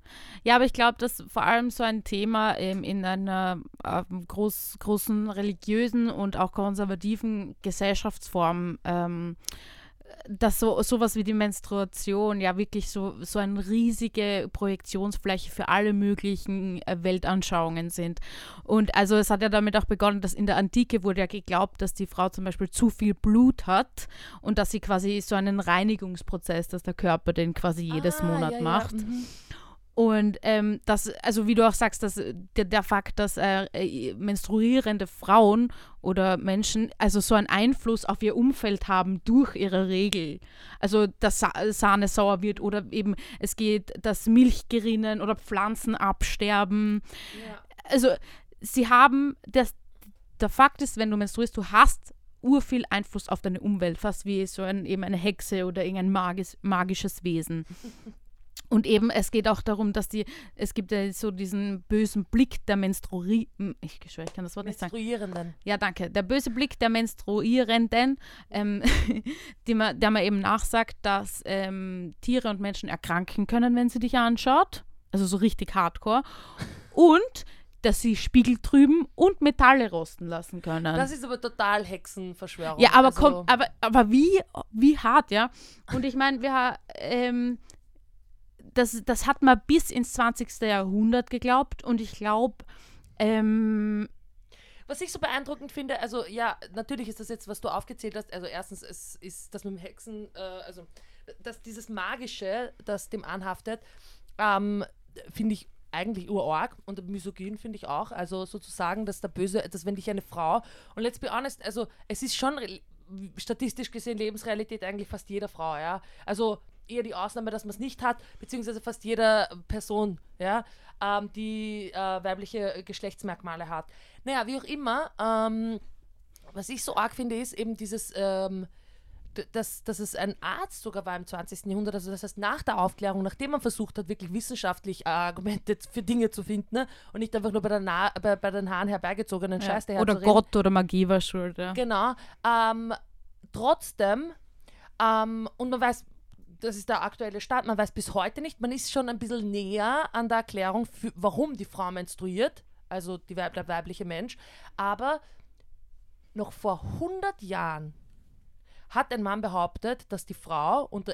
Ja, aber ich glaube, dass vor allem so ein Thema ähm, in einer äh, groß, großen religiösen und auch konservativen Gesellschaftsform, ähm, dass so sowas wie die Menstruation ja wirklich so, so eine riesige Projektionsfläche für alle möglichen äh, Weltanschauungen sind. Und also es hat ja damit auch begonnen, dass in der Antike wurde ja geglaubt, dass die Frau zum Beispiel zu viel Blut hat und dass sie quasi so einen Reinigungsprozess, dass der Körper den quasi jedes ah, Monat ja, macht. Ja, mhm. Und ähm, das, also wie du auch sagst, dass der, der Fakt, dass äh, menstruierende Frauen oder Menschen also so einen Einfluss auf ihr Umfeld haben durch ihre Regel. Also dass Sa- Sahne sauer wird oder eben es geht, dass Milch gerinnen oder Pflanzen absterben. Ja. Also sie haben, das, der Fakt ist, wenn du menstruierst, du hast urviel Einfluss auf deine Umwelt, fast wie so ein, eben eine Hexe oder irgendein magis, magisches Wesen. Und eben, es geht auch darum, dass die, es gibt ja so diesen bösen Blick der Menstruierenden, ich schwöre, ich kann das Wort nicht sagen. Menstruierenden. Ja, danke. Der böse Blick der Menstruierenden, ähm, die man, der man eben nachsagt, dass ähm, Tiere und Menschen erkranken können, wenn sie dich anschaut. Also so richtig hardcore. Und dass sie Spiegel trüben und Metalle rosten lassen können. Das ist aber total Hexenverschwörung. Ja, aber also, komm, aber, aber wie, wie hart, ja. Und ich meine, wir ähm, Das, das hat man bis ins zwanzigste Jahrhundert geglaubt und ich glaube, ähm, was ich so beeindruckend finde, also ja, natürlich ist das jetzt, was du aufgezählt hast, also erstens es ist das mit dem Hexen, äh, also dass dieses Magische, das dem anhaftet, ähm, finde ich eigentlich urarg und misogyn finde ich auch, also sozusagen, dass der Böse, dass wenn dich eine Frau, und let's be honest, also es ist schon re- statistisch gesehen Lebensrealität eigentlich fast jeder Frau, ja, also eher die Ausnahme, dass man es nicht hat, beziehungsweise fast jeder Person, ja, ähm, die äh, weibliche Geschlechtsmerkmale hat. Naja, wie auch immer, ähm, was ich so arg finde, ist eben dieses, ähm, d- dass, dass es ein Arzt sogar war im zwanzigsten Jahrhundert, also das heißt nach der Aufklärung, nachdem man versucht hat, wirklich wissenschaftlich äh, Argumente für Dinge zu finden, ne? Und nicht einfach nur bei, der Na- bei, bei den Haaren herbeigezogenen ja, Scheiß daher oder zu reden. Gott oder Magie war schuld. Ja. Genau. Ähm, trotzdem, ähm, und man weiß, das ist der aktuelle Stand, man weiß bis heute nicht, man ist schon ein bisschen näher an der Erklärung, für, warum die Frau menstruiert, also die Weib, der weibliche Mensch, aber noch vor hundert Jahren hat ein Mann behauptet, dass die Frau unter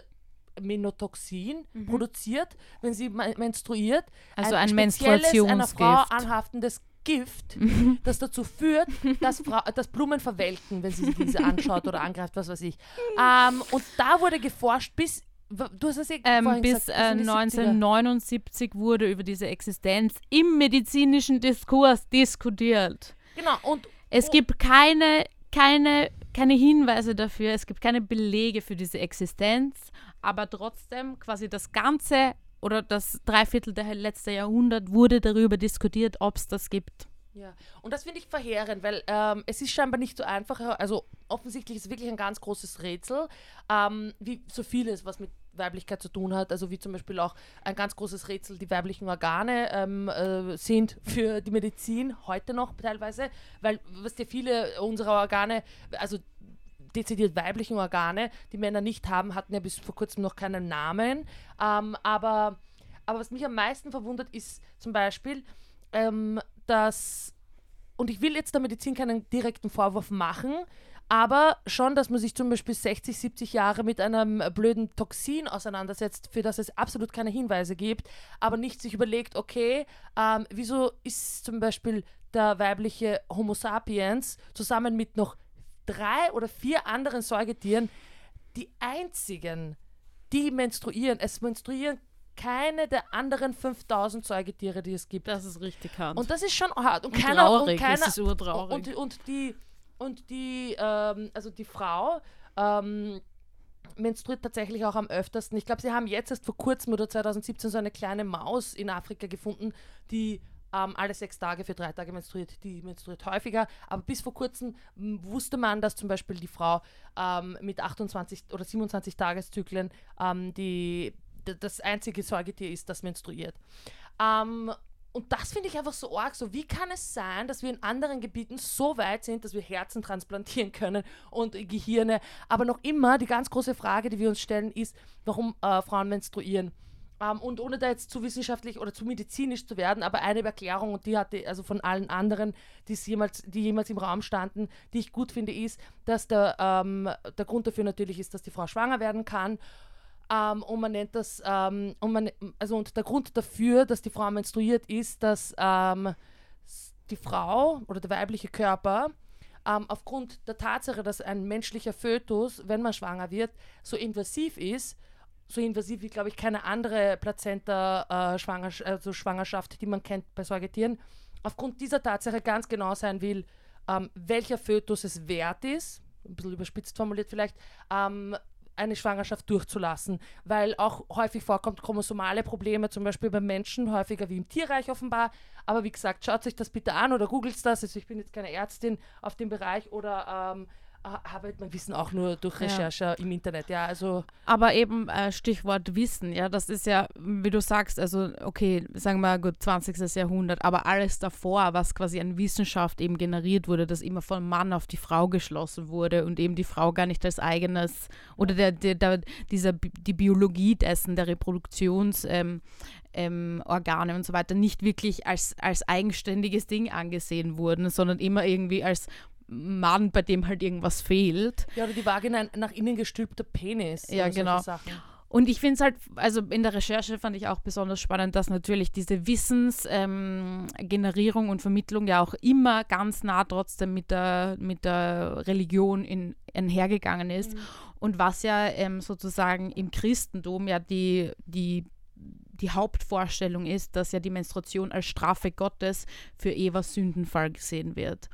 Menotoxin Mhm. produziert, wenn sie men- menstruiert, Also ein spezielles, einer Frau Menstruationsgift. anhaftendes Gift, das dazu führt, dass, Fra- dass Blumen verwelken, wenn sie sich diese anschaut oder angreift, was weiß ich. Ähm, und da wurde geforscht bis, w- du hast es eh Ähm, vorhin bis gesagt, äh, in die siebziger. neunzehnhundertneunundsiebzig wurde über diese Existenz im medizinischen Diskurs diskutiert. Genau, und Es Oh. gibt keine, keine, keine Hinweise dafür, es gibt keine Belege für diese Existenz, aber trotzdem quasi das Ganze oder das Dreiviertel der letzten Jahrhundert wurde darüber diskutiert, ob es das gibt. Ja, und das finde ich verheerend, weil ähm, es ist scheinbar nicht so einfach, also offensichtlich ist es wirklich ein ganz großes Rätsel, ähm, wie so vieles, was mit Weiblichkeit zu tun hat, also wie zum Beispiel auch ein ganz großes Rätsel die weiblichen Organe ähm, äh, sind für die Medizin, heute noch teilweise, weil was ja viele unserer Organe, also dezidiert weiblichen Organe, die Männer nicht haben, hatten ja bis vor kurzem noch keinen Namen, ähm, aber, aber was mich am meisten verwundert ist zum Beispiel, ähm, dass, und ich will jetzt der Medizin keinen direkten Vorwurf machen, aber schon, dass man sich zum Beispiel sechzig, siebzig Jahre mit einem blöden Toxin auseinandersetzt, für das es absolut keine Hinweise gibt, aber nicht sich überlegt, okay, ähm, wieso ist zum Beispiel der weibliche Homo sapiens zusammen mit noch drei oder vier anderen Säugetieren die einzigen, die menstruieren. Es menstruieren keine der anderen fünftausend Säugetiere, die es gibt. Das ist richtig hart. Und das ist schon hart. Und, Und keiner, traurig, und keiner, das ist urtraurig. Und, und die, und die, ähm, also die Frau ähm, menstruiert tatsächlich auch am öftersten. Ich glaube, sie haben jetzt erst vor kurzem oder zwanzig siebzehn so eine kleine Maus in Afrika gefunden, die ähm, alle sechs Tage für drei Tage menstruiert. Die menstruiert häufiger. Aber bis vor kurzem m, wusste man, dass zum Beispiel die Frau ähm, mit achtundzwanzig oder siebenundzwanzig Tageszyklen ähm, die das einzige Säugetier ist, das menstruiert. Ähm, und das finde ich einfach so arg. So, wie kann es sein, dass wir in anderen Gebieten so weit sind, dass wir Herzen transplantieren können und Gehirne, aber noch immer die ganz große Frage, die wir uns stellen, ist, warum äh, Frauen menstruieren. Ähm, und ohne da jetzt zu wissenschaftlich oder zu medizinisch zu werden, aber eine Erklärung, und die hatte, also von allen anderen, die jemals, die jemals im Raum standen, die ich gut finde, ist, dass der, ähm, der Grund dafür natürlich ist, dass die Frau schwanger werden kann. Um, und man nennt das, um, und man, also und der Grund dafür, dass die Frau menstruiert, ist, dass um, die Frau oder der weibliche Körper um, aufgrund der Tatsache, dass ein menschlicher Fötus, wenn man schwanger wird, so invasiv ist, so invasiv wie, glaube ich, keine andere Plazenta-Schwangerschaft, äh, also Schwangerschaft, die man kennt bei Säugetieren, aufgrund dieser Tatsache ganz genau sein will, um, welcher Fötus es wert ist, ein bisschen überspitzt formuliert vielleicht, um, eine Schwangerschaft durchzulassen, weil auch häufig vorkommt chromosomale Probleme, zum Beispiel beim Menschen, häufiger wie im Tierreich offenbar. Aber wie gesagt, schaut euch das bitte an oder googelt das. Also ich bin jetzt keine Ärztin auf dem Bereich oder ähm, habe mein Wissen auch nur durch Recherche ja. im Internet. Ja, also aber eben äh, Stichwort Wissen, ja, das ist ja, wie du sagst, also okay, sagen wir gut, zwanzigstes Jahrhundert, aber alles davor, was quasi an Wissenschaft eben generiert wurde, das immer vom Mann auf die Frau geschlossen wurde und eben die Frau gar nicht als eigenes, oder der, der, der, dieser, die Biologie dessen, der Reproduktions ähm, ähm, Organe und so weiter, nicht wirklich als, als eigenständiges Ding angesehen wurden, sondern immer irgendwie als Mann, bei dem halt irgendwas fehlt. Ja, oder die Vagina ein nach innen gestülpter Penis. Ja, genau. Sachen. Und ich finde es halt, also in der Recherche fand ich auch besonders spannend, dass natürlich diese Wissensgenerierung ähm, und Vermittlung ja auch immer ganz nah trotzdem mit der, mit der Religion in, einhergegangen ist. Mhm. Und was ja ähm, sozusagen im Christentum ja die, die die Hauptvorstellung ist, dass ja die Menstruation als Strafe Gottes für Evas Sündenfall gesehen wird.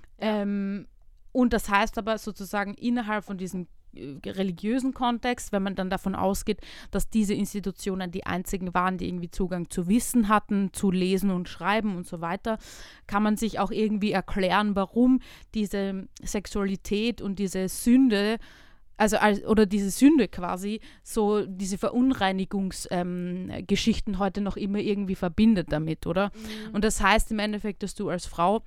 Ähm, und das heißt aber sozusagen innerhalb von diesem äh, religiösen Kontext, wenn man dann davon ausgeht, dass diese Institutionen die einzigen waren, die irgendwie Zugang zu Wissen hatten, zu Lesen und Schreiben und so weiter, kann man sich auch irgendwie erklären, warum diese Sexualität und diese Sünde, also als, oder diese Sünde quasi, so diese Verunreinigungsgeschichten ähm, heute noch immer irgendwie verbindet damit, oder? Mhm. Und das heißt im Endeffekt, dass du als Frau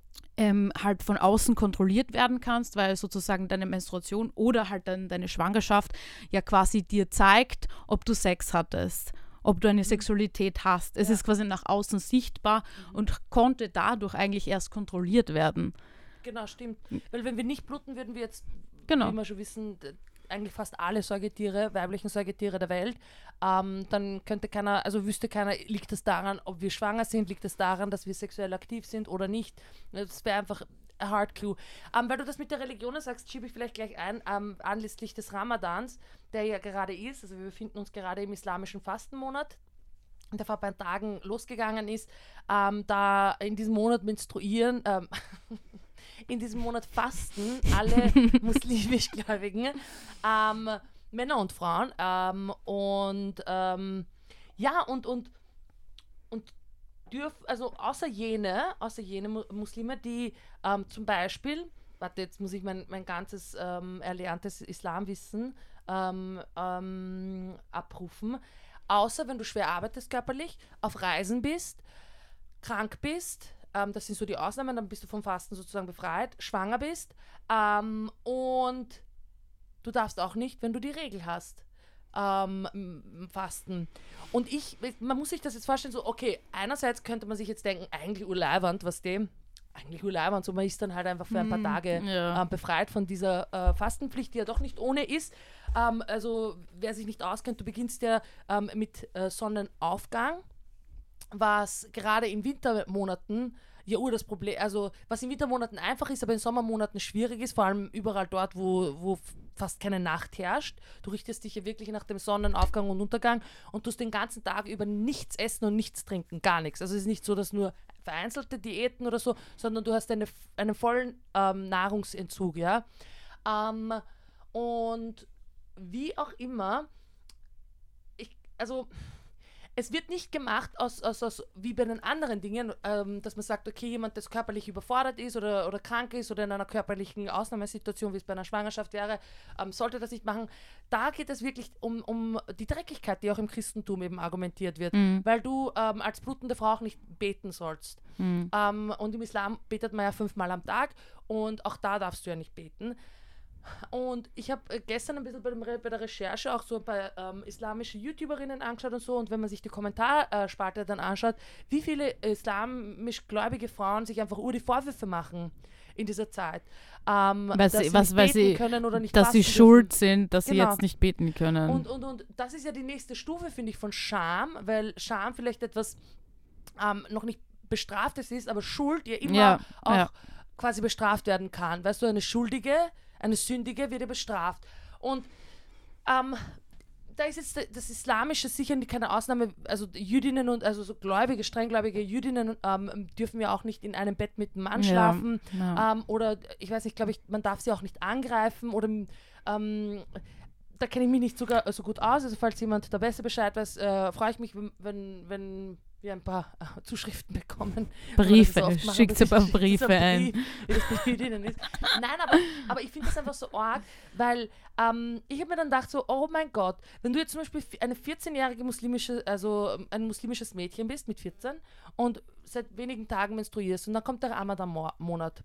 Ähm, halt von außen kontrolliert werden kannst, weil sozusagen deine Menstruation oder halt dann deine Schwangerschaft ja quasi dir zeigt, ob du Sex hattest, ob du eine mhm. Sexualität hast. Es ja. ist quasi nach außen sichtbar mhm. und konnte dadurch eigentlich erst kontrolliert werden. Genau, stimmt. Weil wenn wir nicht bluten, würden wir jetzt, genau. wie wir schon wissen, eigentlich fast alle Säugetiere, weiblichen Säugetiere der Welt, ähm, dann könnte keiner, also wüsste keiner, liegt es daran, ob wir schwanger sind, liegt es daran, dass wir sexuell aktiv sind oder nicht. Das wäre einfach ein Hard Clue. Ähm, weil du das mit der Religion sagst, schiebe ich vielleicht gleich ein, ähm, anlässlich des Ramadans, der ja gerade ist, also wir befinden uns gerade im islamischen Fastenmonat, der vor ein paar Tagen losgegangen ist, ähm, da in diesem Monat menstruieren, ähm, in diesem Monat fasten alle muslimisch Gläubigen, ähm, Männer und Frauen. Ähm, und ähm, ja, und, und, und dürf, also außer jene, außer jene Muslime, die ähm, zum Beispiel, warte, jetzt muss ich mein, mein ganzes ähm, erlerntes Islamwissen ähm, ähm, abrufen, außer wenn du schwer arbeitest körperlich, auf Reisen bist, krank bist, Ähm, das sind so die Ausnahmen, dann bist du vom Fasten sozusagen befreit, schwanger bist ähm, und du darfst auch nicht, wenn du die Regel hast, ähm, fasten. Und ich, man muss sich das jetzt vorstellen, so okay, einerseits könnte man sich jetzt denken, eigentlich urleiwand, was dem, eigentlich urleiwand, so man ist dann halt einfach für ein paar Tage ja. äh, befreit von dieser äh, Fastenpflicht, die ja doch nicht ohne ist. Ähm, also wer sich nicht auskennt, du beginnst ja ähm, mit äh, Sonnenaufgang, was gerade in Wintermonaten ja ur das Problem, also was in Wintermonaten einfach ist, aber in Sommermonaten schwierig ist, vor allem überall dort, wo, wo fast keine Nacht herrscht. Du richtest dich ja wirklich nach dem Sonnenaufgang und Untergang und tust den ganzen Tag über nichts essen und nichts trinken, gar nichts. Also es ist nicht so, dass nur vereinzelte Diäten oder so, sondern du hast eine, einen vollen ähm, Nahrungsentzug, ja. Ähm, und wie auch immer, ich, also es wird nicht gemacht aus, aus, aus wie bei den anderen Dingen, ähm, dass man sagt, okay, jemand, der körperlich überfordert ist oder, oder krank ist oder in einer körperlichen Ausnahmesituation, wie es bei einer Schwangerschaft wäre, ähm, sollte das nicht machen. Da geht es wirklich um, um die Dreckigkeit, die auch im Christentum eben argumentiert wird, mhm. weil du ähm, als blutende Frau auch nicht beten sollst. Mhm. Ähm, und im Islam betet man ja fünfmal am Tag und auch da darfst du ja nicht beten. Und ich habe gestern ein bisschen bei, dem, bei der Recherche auch so bei ähm, islamischen YouTuberinnen angeschaut und so. Und wenn man sich die Kommentarspalte dann anschaut, wie viele islamisch gläubige Frauen sich einfach ur die Vorwürfe machen in dieser Zeit. Ähm, was dass sie, sie was, nicht weil beten sie, können oder nicht dass sie fasten schuld dürfen. sind, dass Genau. sie jetzt nicht beten können. Und, und, und das ist ja die nächste Stufe, finde ich, von Scham, weil Scham vielleicht etwas ähm, noch nicht Bestraftes ist, aber Schuld ja immer Ja, auch ja. quasi bestraft werden kann. Weißt du, eine Schuldige, eine Sündige wird ja bestraft. Und ähm, da ist jetzt das Islamische sicher keine Ausnahme. Also Jüdinnen und also so gläubige, strenggläubige Jüdinnen ähm, dürfen ja auch nicht in einem Bett mit einem Mann Ja, schlafen. ja. Ähm, oder ich weiß nicht, glaube ich, man darf sie auch nicht angreifen oder ähm, da kenne ich mich nicht sogar so gut aus. Also falls jemand da besser Bescheid weiß, äh, freue ich mich, wenn, wenn, wenn wir ein paar äh, Zuschriften bekommen. Briefe, So machen, schickt ein paar schickt Briefe so ein. Brief, wie das bei Jüdinnen ist. Nein, aber, aber ich finde das einfach so arg, weil ähm, ich habe mir dann gedacht so, oh mein Gott, wenn du jetzt zum Beispiel eine vierzehnjährige muslimische, also ein muslimisches Mädchen bist mit vierzehn und seit wenigen Tagen menstruierst und dann kommt der Ramadan-Monat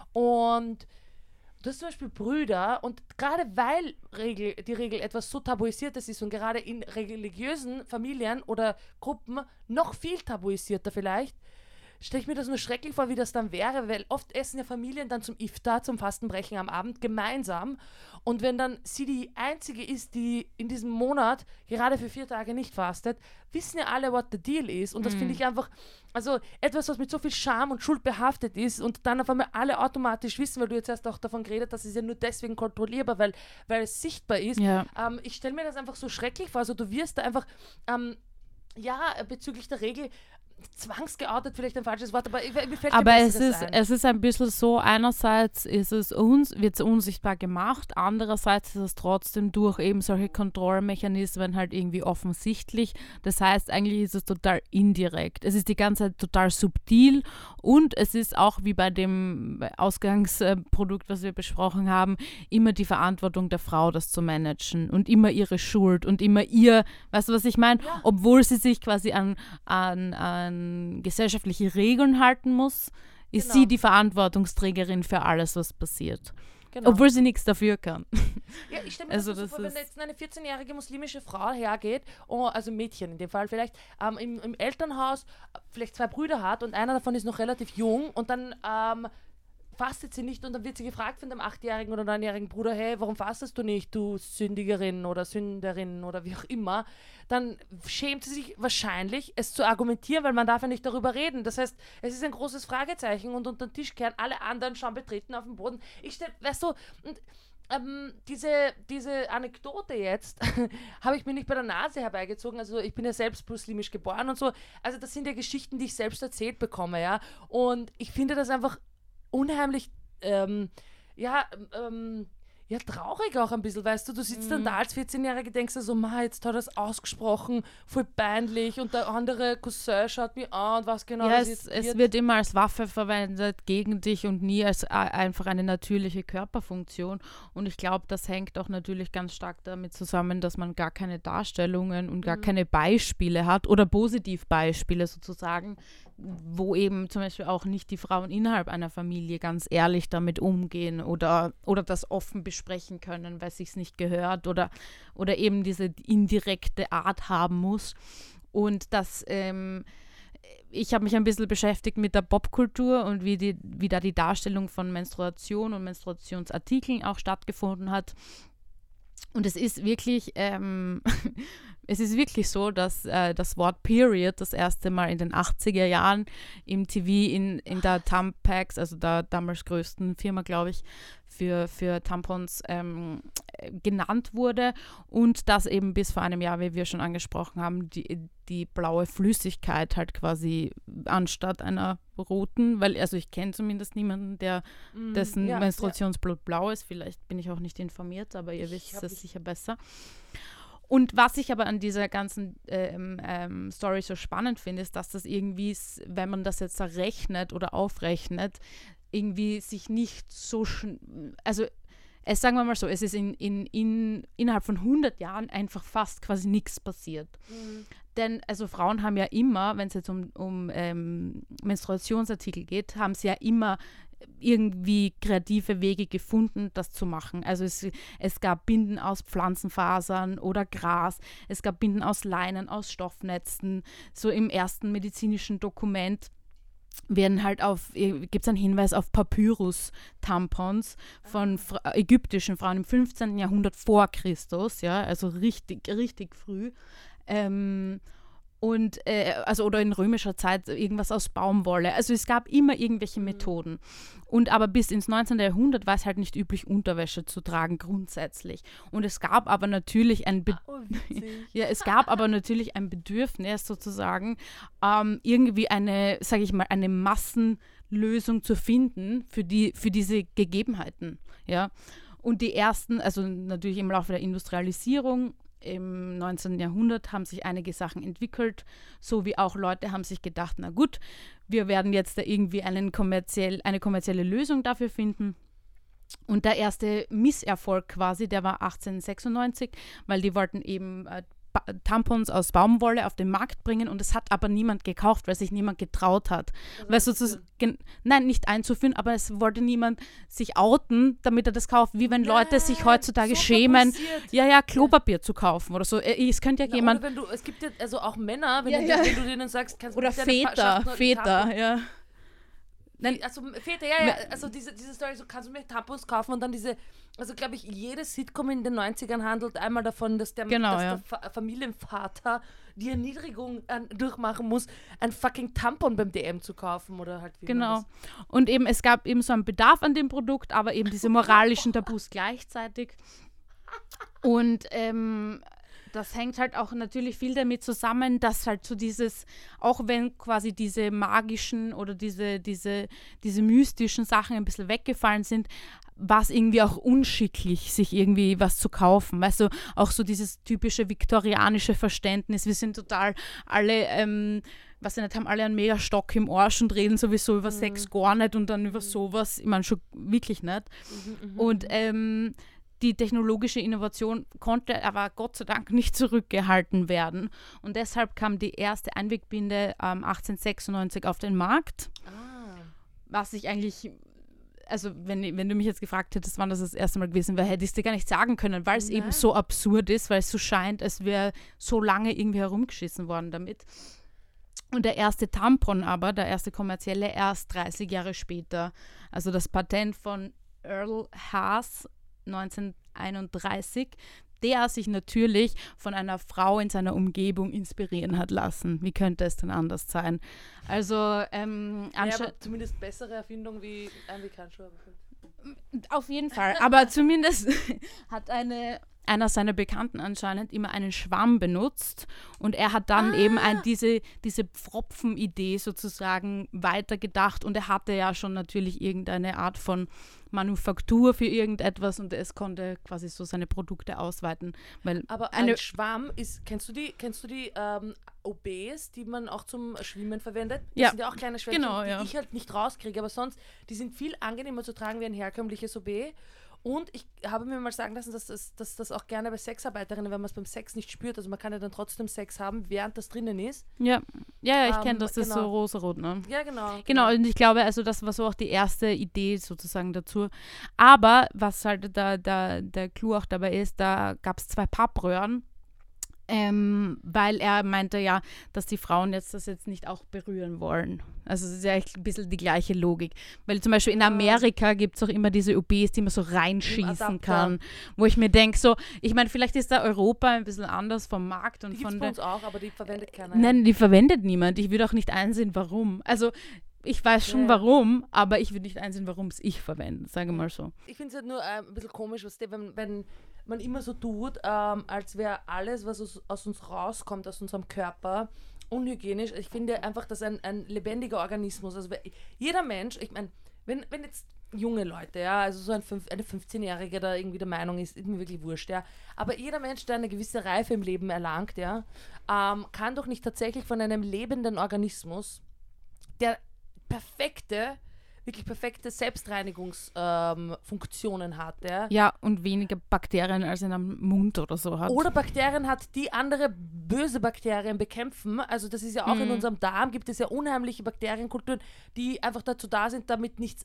und du hast zum Beispiel Brüder und gerade weil Regel, die Regel etwas so Tabuisiertes ist und gerade in religiösen Familien oder Gruppen noch viel tabuisierter vielleicht, stelle ich mir das nur schrecklich vor, wie das dann wäre, weil oft essen ja Familien dann zum Iftar, zum Fastenbrechen am Abend gemeinsam und wenn dann sie die Einzige ist, die in diesem Monat gerade für vier Tage nicht fastet, wissen ja alle, what the deal ist und das Mhm. finde ich einfach, also etwas, was mit so viel Scham und Schuld behaftet ist und dann auf einmal alle automatisch wissen, weil du jetzt erst auch davon geredet hast, das ist ja nur deswegen kontrollierbar, weil, weil es sichtbar ist. Ja. Ähm, ich stelle mir das einfach so schrecklich vor, also du wirst da einfach, ähm, ja, bezüglich der Regel zwangsgeoutet, vielleicht ein falsches Wort, aber mir fällt Aber kein es besseres ist, ein. es ist ein bisschen so, einerseits ist es uns, wird es unsichtbar gemacht, andererseits ist es trotzdem durch eben solche Kontrollmechanismen halt irgendwie offensichtlich. Das heißt, eigentlich ist es total indirekt. Es ist die ganze Zeit total subtil und es ist auch wie bei dem Ausgangsprodukt, was wir besprochen haben, immer die Verantwortung der Frau, das zu managen und immer ihre Schuld und immer ihr, weißt du, was ich meine? Ja. Obwohl sie sich quasi an, an, an gesellschaftliche Regeln halten muss, ist Genau. sie die Verantwortungsträgerin für alles, was passiert. Genau. Obwohl sie nichts dafür kann. Ja, ich stelle mir Also das, das so vor, wenn ist- jetzt eine vierzehnjährige muslimische Frau hergeht, oh, also Mädchen in dem Fall vielleicht, ähm, im, im Elternhaus äh, vielleicht zwei Brüder hat und einer davon ist noch relativ jung und dann ähm, fastet sie nicht und dann wird sie gefragt von dem achtjährigen oder neunjährigen Bruder, hey, warum fastest du nicht, du Sündigerin oder Sünderin oder wie auch immer, dann schämt sie sich wahrscheinlich, es zu argumentieren, weil man darf ja nicht darüber reden. Das heißt, es ist ein großes Fragezeichen und unter den Tisch kehren, alle anderen schauen betreten auf den Boden. Ich stell, weißt du, und ähm, diese, diese Anekdote jetzt habe ich mir nicht bei der Nase herbeigezogen. Also ich bin ja selbst muslimisch geboren und so. Also das sind ja Geschichten, die ich selbst erzählt bekomme, ja. Und ich finde das einfach unheimlich, ähm, ja, ähm, ja, traurig auch ein bisschen, weißt du, du sitzt dann da als vierzehnjährige, denkst du so, ma, jetzt hat er es ausgesprochen, voll peinlich und der andere Cousin schaut mich an und was genau Ja, das es, jetzt es wird. wird immer als Waffe verwendet gegen dich und nie als a- einfach eine natürliche Körperfunktion. Und ich glaube, das hängt auch natürlich ganz stark damit zusammen, dass man gar keine Darstellungen und gar Mhm. keine Beispiele hat oder Positivbeispiele sozusagen, wo eben zum Beispiel auch nicht die Frauen innerhalb einer Familie ganz ehrlich damit umgehen oder, oder das offen besprechen können, weil es sich nicht gehört oder, oder eben diese indirekte Art haben muss. Und das, ähm, ich habe mich ein bisschen beschäftigt mit der Popkultur und wie, die, wie da die Darstellung von Menstruation und Menstruationsartikeln auch stattgefunden hat. Und es ist wirklich, ähm, es ist wirklich so, dass äh, das Wort Period das erste Mal in den achtziger Jahren im T V in, in der Tampax, also der damals größten Firma, glaube ich, für, für Tampons ähm, äh, genannt wurde und das eben bis vor einem Jahr, wie wir schon angesprochen haben, die, die blaue Flüssigkeit halt quasi anstatt einer roten, weil also ich kenne zumindest niemanden, der Mm, dessen ja, Menstruationsblut blau ist. Vielleicht bin ich auch nicht informiert, aber ihr Ich wisst hab das nicht- sicher besser. Und was ich aber an dieser ganzen ähm, ähm, Story so spannend finde, ist, dass das irgendwie, s- wenn man das jetzt errechnet oder aufrechnet, irgendwie sich nicht so, schn- also es sagen wir mal so, es ist in, in, in, innerhalb von hundert Jahren einfach fast quasi nichts passiert. Ja. Mm. Denn also Frauen haben ja immer, wenn es jetzt um, um ähm, Menstruationsartikel geht, haben sie ja immer irgendwie kreative Wege gefunden, das zu machen. Also es, es gab Binden aus Pflanzenfasern oder Gras, es gab Binden aus Leinen, aus Stoffnetzen. So im ersten medizinischen Dokument werden halt auf, gibt es einen Hinweis auf Papyrus-Tampons von Fra- ägyptischen Frauen im fünfzehnten Jahrhundert vor Christus, ja, also richtig, richtig früh. Ähm, Und, äh, also, oder in römischer Zeit irgendwas aus Baumwolle. Also es gab immer irgendwelche Methoden. Und aber bis ins neunzehnten Jahrhundert war es halt nicht üblich, Unterwäsche zu tragen, grundsätzlich. Und es gab aber natürlich ein Be- Oh, ja, es gab aber natürlich ein Bedürfnis, sozusagen, ähm, irgendwie eine, sage ich mal, eine Massenlösung zu finden für, die, für diese Gegebenheiten. Ja. Und die ersten, also natürlich im Laufe der Industrialisierung, im neunzehnten Jahrhundert haben sich einige Sachen entwickelt, so wie auch Leute haben sich gedacht, na gut, wir werden jetzt da irgendwie einen kommerziell, eine kommerzielle Lösung dafür finden. Und der erste Misserfolg quasi, der war achtzehnhundertsechsundneunzig, weil die wollten eben äh, ba- Tampons aus Baumwolle auf den Markt bringen und es hat aber niemand gekauft, weil sich niemand getraut hat. Also Weil sozusagen, gen- nein, nicht einzuführen, aber es wollte niemand sich outen, damit er das kauft, wie wenn Leute sich heutzutage so schämen, fabriziert. ja, ja, Klopapier zu kaufen oder so. Äh, Es könnte ja Na, jemand, oder wenn du, es gibt ja also auch Männer, wenn, Ja, du, ja. wenn du denen sagst, kannst du oder bitte eine Pa- Väter, Schachtel Väter, Tampons- ja. Nein, Also Väter, ja, ja, also diese, diese Story, so kannst du mir Tampons kaufen und dann diese, also glaube ich, jede Sitcom in den neunzigern handelt einmal davon, dass der, Genau, dass ja. der Fa- Familienvater die Erniedrigung äh, durchmachen muss, ein fucking Tampon beim D M zu kaufen oder halt wie man Genau. das- Und eben, es gab eben so einen Bedarf an dem Produkt, aber eben diese moralischen Tabus gleichzeitig. Und ähm, das hängt halt auch natürlich viel damit zusammen, dass halt so dieses, auch wenn quasi diese magischen oder diese, diese, diese mystischen Sachen ein bisschen weggefallen sind, war es irgendwie auch unschicklich, sich irgendwie was zu kaufen. Weißt du, auch so dieses typische viktorianische Verständnis, wir sind total alle, ähm, was sie nicht, haben alle einen mega Stock im Arsch und reden sowieso über Sex gar nicht und dann über sowas, ich meine schon wirklich nicht. Und ähm, die technologische Innovation konnte aber Gott sei Dank nicht zurückgehalten werden. Und deshalb kam die erste Einwegbinde ähm, achtzehnhundertsechsundneunzig auf den Markt, Ah. was ich eigentlich, also wenn, wenn du mich jetzt gefragt hättest, wann das das erste Mal gewesen wäre, hätte ich es dir gar nicht sagen können, weil es eben Nein. so absurd ist, weil es so scheint, als wäre so lange irgendwie herumgeschissen worden damit. Und der erste Tampon aber, der erste kommerzielle, erst dreißig Jahre später. Also das Patent von Earl Haas neunzehnhunderteinunddreißig, der sich natürlich von einer Frau in seiner Umgebung inspirieren hat lassen. Wie könnte es denn anders sein? Also ähm, Ja, ansche- aber zumindest bessere Erfindung wie ein Handschuh. auf jeden Fall. Aber zumindest hat eine, einer seiner Bekannten anscheinend immer einen Schwamm benutzt und er hat dann Ah. eben ein, diese, diese Pfropfen-Idee sozusagen weitergedacht und er hatte ja schon natürlich irgendeine Art von Manufaktur für irgendetwas und es konnte quasi so seine Produkte ausweiten. Weil Aber eine, ein Schwamm ist, kennst du die, kennst du die ähm, O Bs, die man auch zum Schwimmen verwendet? Das Ja, sind ja auch kleine Schwämmchen, genau, die ja. ich halt nicht rauskriege, aber sonst, die sind viel angenehmer zu tragen wie ein herkömmliches O B. Und ich habe mir mal sagen lassen, dass das, dass das auch gerne bei Sexarbeiterinnen, wenn man es beim Sex nicht spürt, also man kann ja dann trotzdem Sex haben, während das drinnen ist. ja, ja, ja, ich kenne Ähm, das, das ist genau. so rosarot, ne? Ja, genau. Genau, und ich glaube, also das war so auch die erste Idee sozusagen dazu. Aber was halt da, da, der Clou auch dabei ist, da gab es zwei Pappröhren, ähm, weil er meinte ja, dass die Frauen jetzt das jetzt nicht auch berühren wollen. Also es ist ja echt ein bisschen die gleiche Logik. Weil zum Beispiel in Amerika gibt es auch immer diese O Bs, die man so reinschießen Adapter. kann, wo ich mir denke, so, ich meine, vielleicht ist da Europa ein bisschen anders vom Markt und Die gibt es von bei der... uns auch, aber die verwendet keiner. Nein, die verwendet niemand. Ich würde auch nicht einsehen, warum. Also ich weiß schon, Ja. warum, aber ich würde nicht einsehen, warum es ich verwende, sage mal so. Ich finde es halt nur äh, ein bisschen komisch, was der, wenn, wenn man immer so tut, ähm, als wäre alles, was aus, aus uns rauskommt, aus unserem Körper, unhygienisch. Ich finde einfach, dass ein, ein lebendiger Organismus, also wer- jeder Mensch, ich meine, wenn, wenn jetzt junge Leute, ja, also so ein fünf, eine fünfzehnjährige da irgendwie der Meinung ist, ist mir wirklich wurscht, ja, aber jeder Mensch, der eine gewisse Reife im Leben erlangt, ja, ähm, kann doch nicht tatsächlich von einem lebenden Organismus, der perfekte, wirklich perfekte Selbstreinigungsfunktionen ähm, Funktionen hat, ja, Ja, und weniger Bakterien als in einem Mund oder so hat. oder Bakterien hat, die andere böse Bakterien bekämpfen. Also das ist ja auch in Mhm. unserem Darm, gibt es ja unheimliche Bakterienkulturen, die einfach dazu da sind, damit nichts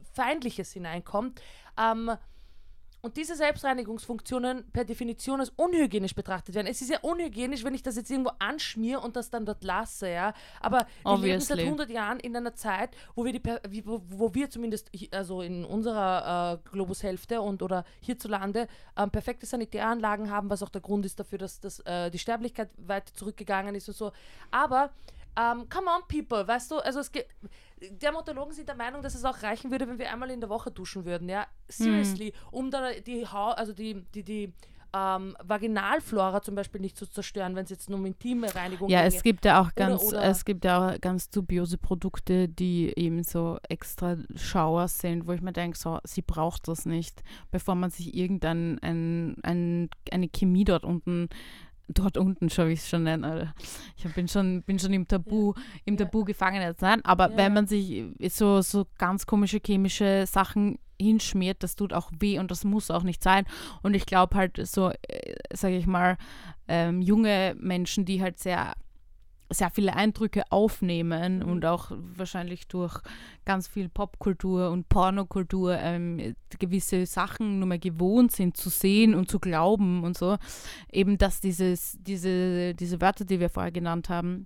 Feindliches hineinkommt. Ähm, Und diese Selbstreinigungsfunktionen per Definition als unhygienisch betrachtet werden. Es ist ja unhygienisch, wenn ich das jetzt irgendwo anschmiere und das dann dort lasse, ja. Aber wir Obviously. leben seit hundert Jahren in einer Zeit, wo wir, die, wie- wo, wo wir zumindest, hi- also in unserer äh, Globushälfte und oder hierzulande ähm, perfekte Sanitäranlagen haben, was auch der Grund ist dafür, dass, dass äh, die Sterblichkeit weiter zurückgegangen ist und so. Aber ähm, come on, people, weißt du, also es gibt, Dermatologen sind der Meinung, dass es auch reichen würde, wenn wir einmal in der Woche duschen würden, ja, seriously, um da die Haut, also die, die, die ähm, Vaginalflora zum Beispiel nicht zu zerstören, wenn es jetzt nur um intime Reinigung Ja, ginge. es gibt ja auch ganz, oder- es gibt ja auch ganz dubiose Produkte, die eben so extra Showers sind, wo ich mir denke, so, sie braucht das nicht, bevor man sich irgendein ein, ein, eine Chemie dort unten dort unten, schon wie ich es schon nenne, Alter. Ich bin schon, bin schon im Tabu, im Ja. Tabu gefangen jetzt, nein, aber Ja, wenn ja. man sich so, so ganz komische chemische Sachen hinschmiert, das tut auch weh und das muss auch nicht sein. Und ich glaube halt so, äh, sage ich mal, ähm, junge Menschen, die halt sehr sehr viele Eindrücke aufnehmen Mhm. und auch wahrscheinlich durch ganz viel Popkultur und Pornokultur ähm, gewisse Sachen nur mehr gewohnt sind zu sehen und zu glauben und so. Eben, dass dieses, diese, diese Wörter, die wir vorher genannt haben,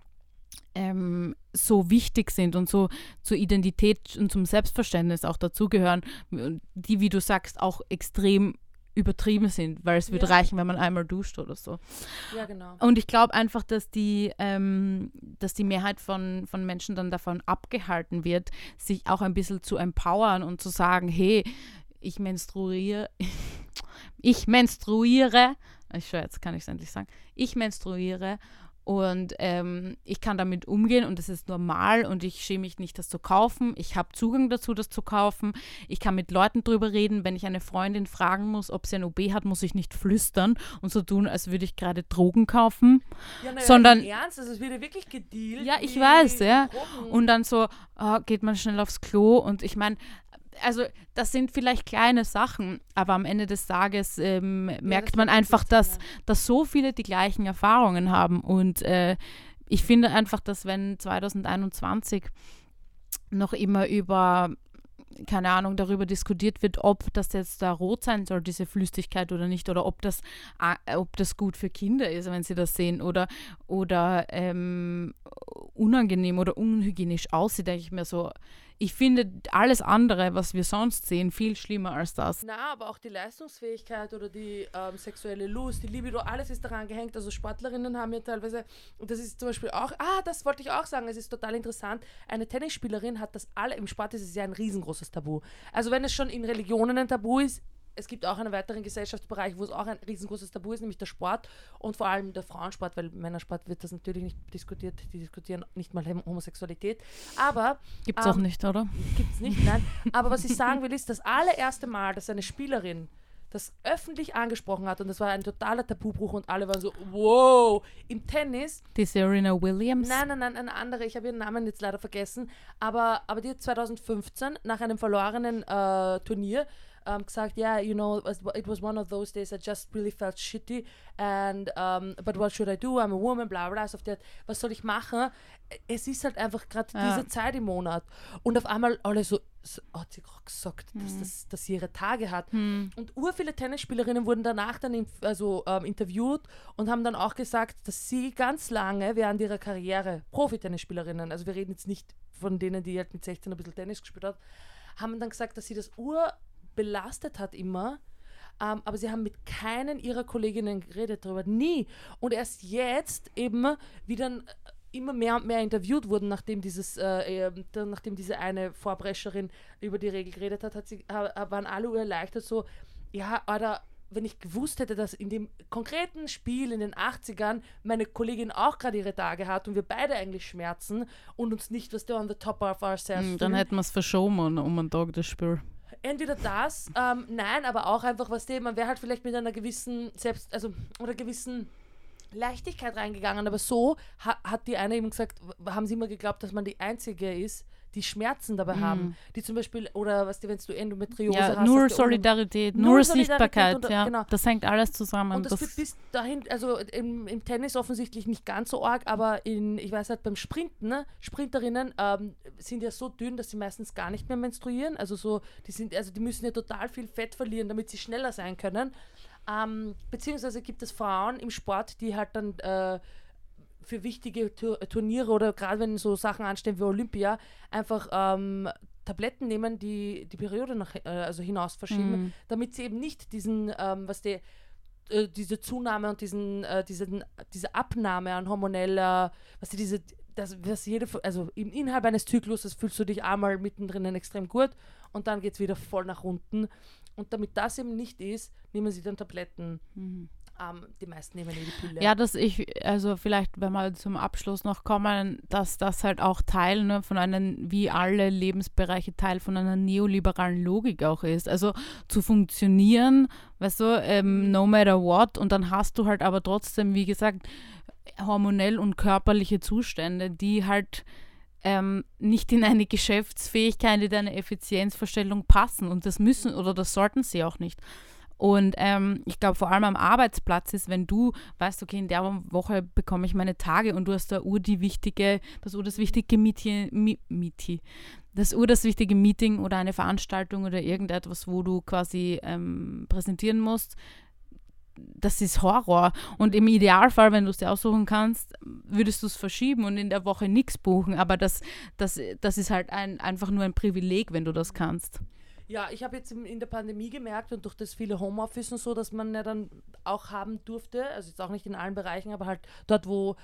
ähm, so wichtig sind und so zur Identität und zum Selbstverständnis auch dazugehören, die, wie du sagst, auch extrem übertrieben sind, weil es würde Ja. reichen, wenn man einmal duscht oder so. Ja, genau. Und ich glaube einfach, dass die, ähm, dass die Mehrheit von, von Menschen dann davon abgehalten wird, sich auch ein bisschen zu empowern und zu sagen, hey, ich menstruiere, ich menstruiere, ich schwör, jetzt kann ich es endlich sagen, ich menstruiere und ähm, ich kann damit umgehen und es ist normal und ich schäme mich nicht, das zu kaufen. Ich habe Zugang dazu, das zu kaufen. Ich kann mit Leuten drüber reden. Wenn ich eine Freundin fragen muss, ob sie ein O B hat, muss ich nicht flüstern und so tun, als würde ich gerade Drogen kaufen. Ja, na ja, sondern- im Ernst, also es wird ja wirklich gedealt. Ja, ich wie weiß, ja. Drogen. Und dann so, ah, geht man schnell aufs Klo und ich meine, also das sind vielleicht kleine Sachen, aber am Ende des Tages ähm, merkt das man wird einfach, wichtig, dass, ja. dass so viele die gleichen Erfahrungen haben und äh, ich finde einfach, dass wenn zwanzig einundzwanzig noch immer über, keine Ahnung, darüber diskutiert wird, ob das jetzt da rot sein soll, diese Flüssigkeit oder nicht, oder ob das, äh, ob das gut für Kinder ist, wenn sie das sehen, oder, oder ähm, unangenehm oder unhygienisch aussieht, denke ich mir so, ich finde alles andere, was wir sonst sehen, viel schlimmer als das. Na, aber auch die Leistungsfähigkeit oder die ähm, sexuelle Lust, die Libido, alles ist daran gehängt. Also Sportlerinnen haben ja teilweise, und das ist zum Beispiel auch, ah, das wollte ich auch sagen, es ist total interessant, eine Tennisspielerin hat das alle, im Sport ist es ja ein riesengroßes Tabu. Also wenn es schon in Religionen ein Tabu ist, es gibt auch einen weiteren Gesellschaftsbereich, wo es auch ein riesengroßes Tabu ist, nämlich der Sport und vor allem der Frauensport, weil Männersport wird das natürlich nicht diskutiert, die diskutieren nicht mal Homosexualität, aber Gibt's Ähm, auch nicht, oder? gibt's nicht, nein. Aber was ich sagen will, ist, das allererste Mal, dass eine Spielerin das öffentlich angesprochen hat und das war ein totaler Tabubruch und alle waren so, wow, im Tennis, Die Serena Williams. nein, nein, nein, eine andere, ich habe ihren Namen jetzt leider vergessen, aber, aber die hat zwanzig fünfzehn nach einem verlorenen äh, Turnier ähm, gesagt, yeah, you know, it was one of those days I just really felt shitty and, um, but what should I do? I'm a woman, bla bla, so auf der, was soll ich machen? Es ist halt einfach gerade Ja. diese Zeit im Monat und auf einmal alle so, so hat sie gerade gesagt, dass, dass, dass sie ihre Tage hat. Hm. Und ur viele Tennisspielerinnen wurden danach dann in, also, ähm, interviewt und haben dann auch gesagt, dass sie ganz lange während ihrer Karriere, Profi-Tennisspielerinnen, also wir reden jetzt nicht von denen, die halt mit sechzehn ein bisschen Tennis gespielt hat, haben dann gesagt, dass sie das ur belastet hat immer, ähm, aber sie haben mit keinen ihrer Kolleginnen geredet darüber, nie. Und erst jetzt eben, wie dann immer mehr und mehr interviewt wurden, nachdem dieses, äh, äh, dann, nachdem diese eine Vorbrecherin über die Regel geredet hat, hat sie, äh, waren alle erleichtert so, ja, oder wenn ich gewusst hätte, dass in dem konkreten Spiel in den achtzigern meine Kollegin auch gerade ihre Tage hat und wir beide eigentlich schmerzen und uns nicht, was der on the top of ourselves Hm, Dann fühlen. hätten wir es verschoben um einen Tag, das Spiel. Entweder das, ähm, nein, aber auch einfach, was dem, man wäre halt vielleicht mit einer gewissen Selbst, also, oder gewissen Leichtigkeit reingegangen, aber so ha- hat die eine eben gesagt, w- haben sie immer geglaubt, dass man die Einzige ist, die Schmerzen dabei Mhm. haben, die zum Beispiel, oder was die, wenn du Endometriose Ja, hast. nur dass du unten- Solidarität, Nur nur, Solidarität Sichtbarkeit, und- ja. genau. Das hängt alles zusammen. Und das, das geht bis dahin, also im, im Tennis offensichtlich nicht ganz so arg, aber in, ich weiß halt beim Sprinten, ne, Sprinterinnen ähm, sind ja so dünn, dass sie meistens gar nicht mehr menstruieren. Also so, die sind, also die müssen ja total viel Fett verlieren, damit sie schneller sein können. Ähm, beziehungsweise gibt es Frauen im Sport, die halt dann äh, für wichtige Tur- Turniere oder gerade wenn so Sachen anstehen wie Olympia, einfach ähm, Tabletten nehmen, die die Periode nach, äh, also hinaus verschieben, Mhm. damit sie eben nicht diesen, ähm, was die, äh, diese Zunahme und diesen, äh, diesen, diese Abnahme an hormoneller, was die diese, das, was jede, also im Innerhalb eines Zyklus, fühlst du dich einmal mittendrin extrem gut und dann geht es wieder voll nach unten. Und damit das eben nicht ist, nehmen sie dann Tabletten. Mhm. Ähm, die meisten nehmen eh die Pille. Ja, dass ich, also vielleicht, wenn wir zum Abschluss noch kommen, dass das halt auch Teil ne, von einem, wie alle Lebensbereiche, Teil von einer neoliberalen Logik auch ist. Also zu funktionieren, weißt du, ähm, no matter what, und dann hast du halt aber trotzdem, wie gesagt, hormonell und körperliche Zustände, die halt ähm, nicht in eine Geschäftsfähigkeit, in eine Effizienzvorstellung passen, und das müssen oder das sollten sie auch nicht. Und ähm, ich glaube, vor allem am Arbeitsplatz ist, wenn du weißt, okay, in der Woche bekomme ich meine Tage und du hast da ur die wichtige, das ur das wichtige Meeting, Mi- Meeting, das ur das wichtige Meeting oder eine Veranstaltung oder irgendetwas, wo du quasi ähm, präsentieren musst, das ist Horror. Und im Idealfall, wenn du es dir aussuchen kannst, würdest du es verschieben und in der Woche nichts buchen. Aber das, das, das ist halt ein, einfach nur ein Privileg, wenn du das kannst. Ja, ich habe jetzt in, in der Pandemie gemerkt und durch das viele Homeoffice und so, dass man ja dann auch haben durfte, also jetzt auch nicht in allen Bereichen, aber halt dort, wo,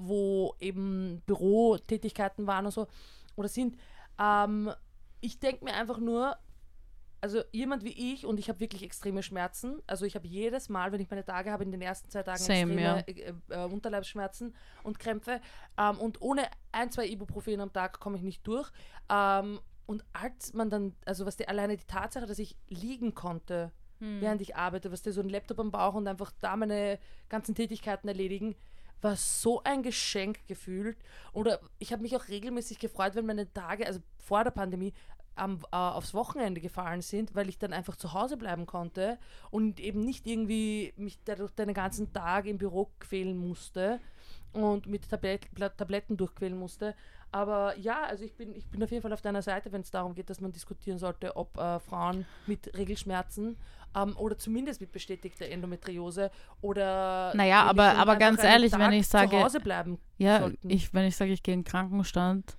wo eben Bürotätigkeiten waren und so oder sind. Ähm, ich denke mir einfach nur, also jemand wie ich, und ich habe wirklich extreme Schmerzen, also ich habe jedes Mal, wenn ich meine Tage habe, in den ersten zwei Tagen Same, extreme ja. äh, äh, Unterleibsschmerzen und Krämpfe ähm, und ohne ein, zwei Ibuprofen am Tag komme ich nicht durch. Ähm, und als man dann, also was die, alleine die Tatsache, dass ich liegen konnte, Hm. während ich arbeite, was der so ein Laptop am Bauch und einfach da meine ganzen Tätigkeiten erledigen, war so ein Geschenk gefühlt. Oder ich habe mich auch regelmäßig gefreut, wenn meine Tage, also vor der Pandemie, am, äh, aufs Wochenende gefallen sind, weil ich dann einfach zu Hause bleiben konnte und eben nicht irgendwie mich dadurch den ganzen Tag im Büro quälen musste und mit Tablet, Tabletten durchquälen musste. Aber ja, also ich bin, ich bin auf jeden Fall auf deiner Seite, wenn es darum geht, dass man diskutieren sollte, ob äh, Frauen mit Regelschmerzen ähm, oder zumindest mit bestätigter Endometriose oder Naja, aber, ähnlichem aber einfach ganz einen ehrlich, Tag wenn ich sage, zu Hause bleiben ja, sollten. ich, wenn ich sage, ich gehe in den Krankenstand.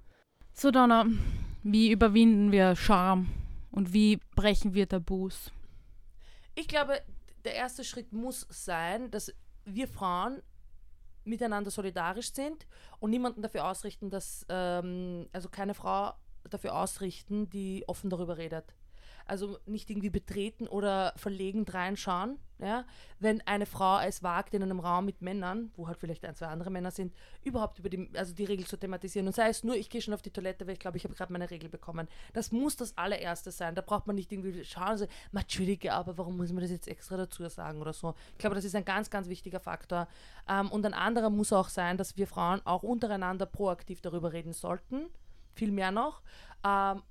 So, Donna, wie überwinden wir Scham und wie brechen wir Tabus? Ich glaube, der erste Schritt muss sein, dass wir Frauen miteinander solidarisch sind und niemanden dafür ausrichten, dass, ähm, also keine Frau dafür ausrichten, die offen darüber redet. Also nicht irgendwie betreten oder verlegen reinschauen, ja, wenn eine Frau es wagt, in einem Raum mit Männern, wo halt vielleicht ein, zwei andere Männer sind, überhaupt über die, also die Regel zu thematisieren. Und sei es nur, ich gehe schon auf die Toilette, weil ich glaube, ich habe gerade meine Regel bekommen. Das muss das allererste sein. Da braucht man nicht irgendwie schauen, so, Entschuldige, aber warum muss man das jetzt extra dazu sagen oder so. Ich glaube, das ist ein ganz, ganz wichtiger Faktor. Ähm, und ein anderer muss auch sein, dass wir Frauen auch untereinander proaktiv darüber reden sollten. Viel mehr noch. Ähm,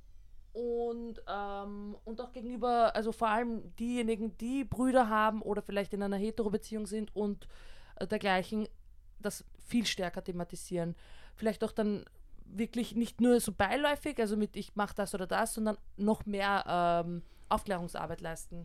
Und, ähm, und auch gegenüber, also vor allem diejenigen, die Brüder haben oder vielleicht in einer Hetero-Beziehung sind und äh, dergleichen, das viel stärker thematisieren. Vielleicht auch dann wirklich nicht nur so beiläufig, also mit ich mache das oder das, sondern noch mehr ähm, Aufklärungsarbeit leisten.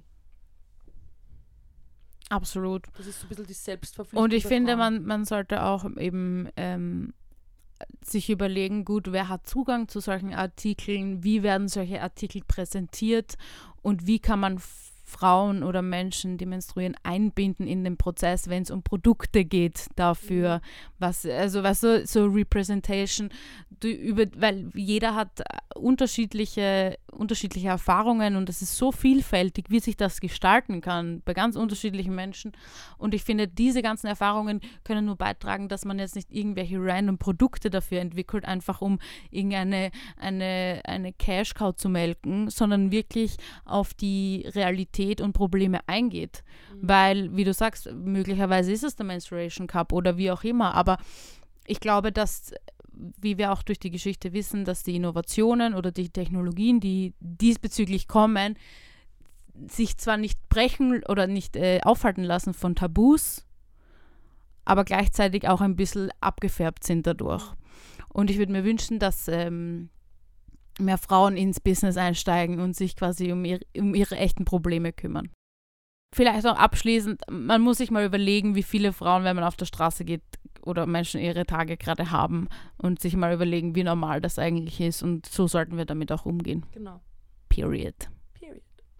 Absolut. Das ist so ein bisschen die Selbstverpflichtung. Und ich der finde, Frauen. man, man sollte auch eben ähm, sich überlegen, gut, wer hat Zugang zu solchen Artikeln, wie werden solche Artikel präsentiert und wie kann man Frauen oder Menschen, die menstruieren, einbinden in den Prozess, wenn es um Produkte geht dafür, was, also was so, so Representation, du, über, weil jeder hat unterschiedliche, unterschiedliche Erfahrungen und es ist so vielfältig, wie sich das gestalten kann bei ganz unterschiedlichen Menschen, und ich finde, diese ganzen Erfahrungen können nur beitragen, dass man jetzt nicht irgendwelche random Produkte dafür entwickelt, einfach um irgendeine eine, eine Cash-Cow zu melken, sondern wirklich auf die Realität und Probleme eingeht. Mhm. Weil, wie du sagst, möglicherweise ist es der Menstruation Cup oder wie auch immer, aber ich glaube, dass wie wir auch durch die Geschichte wissen, dass die Innovationen oder die Technologien, die diesbezüglich kommen, sich zwar nicht brechen oder nicht äh, aufhalten lassen von Tabus, aber gleichzeitig auch ein bisschen abgefärbt sind dadurch. Und ich würde mir wünschen, dass ähm, mehr Frauen ins Business einsteigen und sich quasi um, ihr, um ihre echten Probleme kümmern. Vielleicht auch abschließend, man muss sich mal überlegen, wie viele Frauen, wenn man auf der Straße geht oder Menschen ihre Tage gerade haben und sich mal überlegen, wie normal das eigentlich ist, und so sollten wir damit auch umgehen. Genau. Period. Period.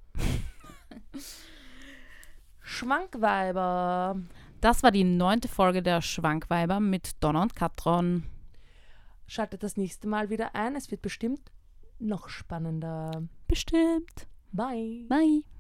Schwankweiber. Das war die neunte Folge der Schwankweiber mit Donna und Katron. Schaltet das nächste Mal wieder ein. Es wird bestimmt noch spannender. Bestimmt. Bye. Bye.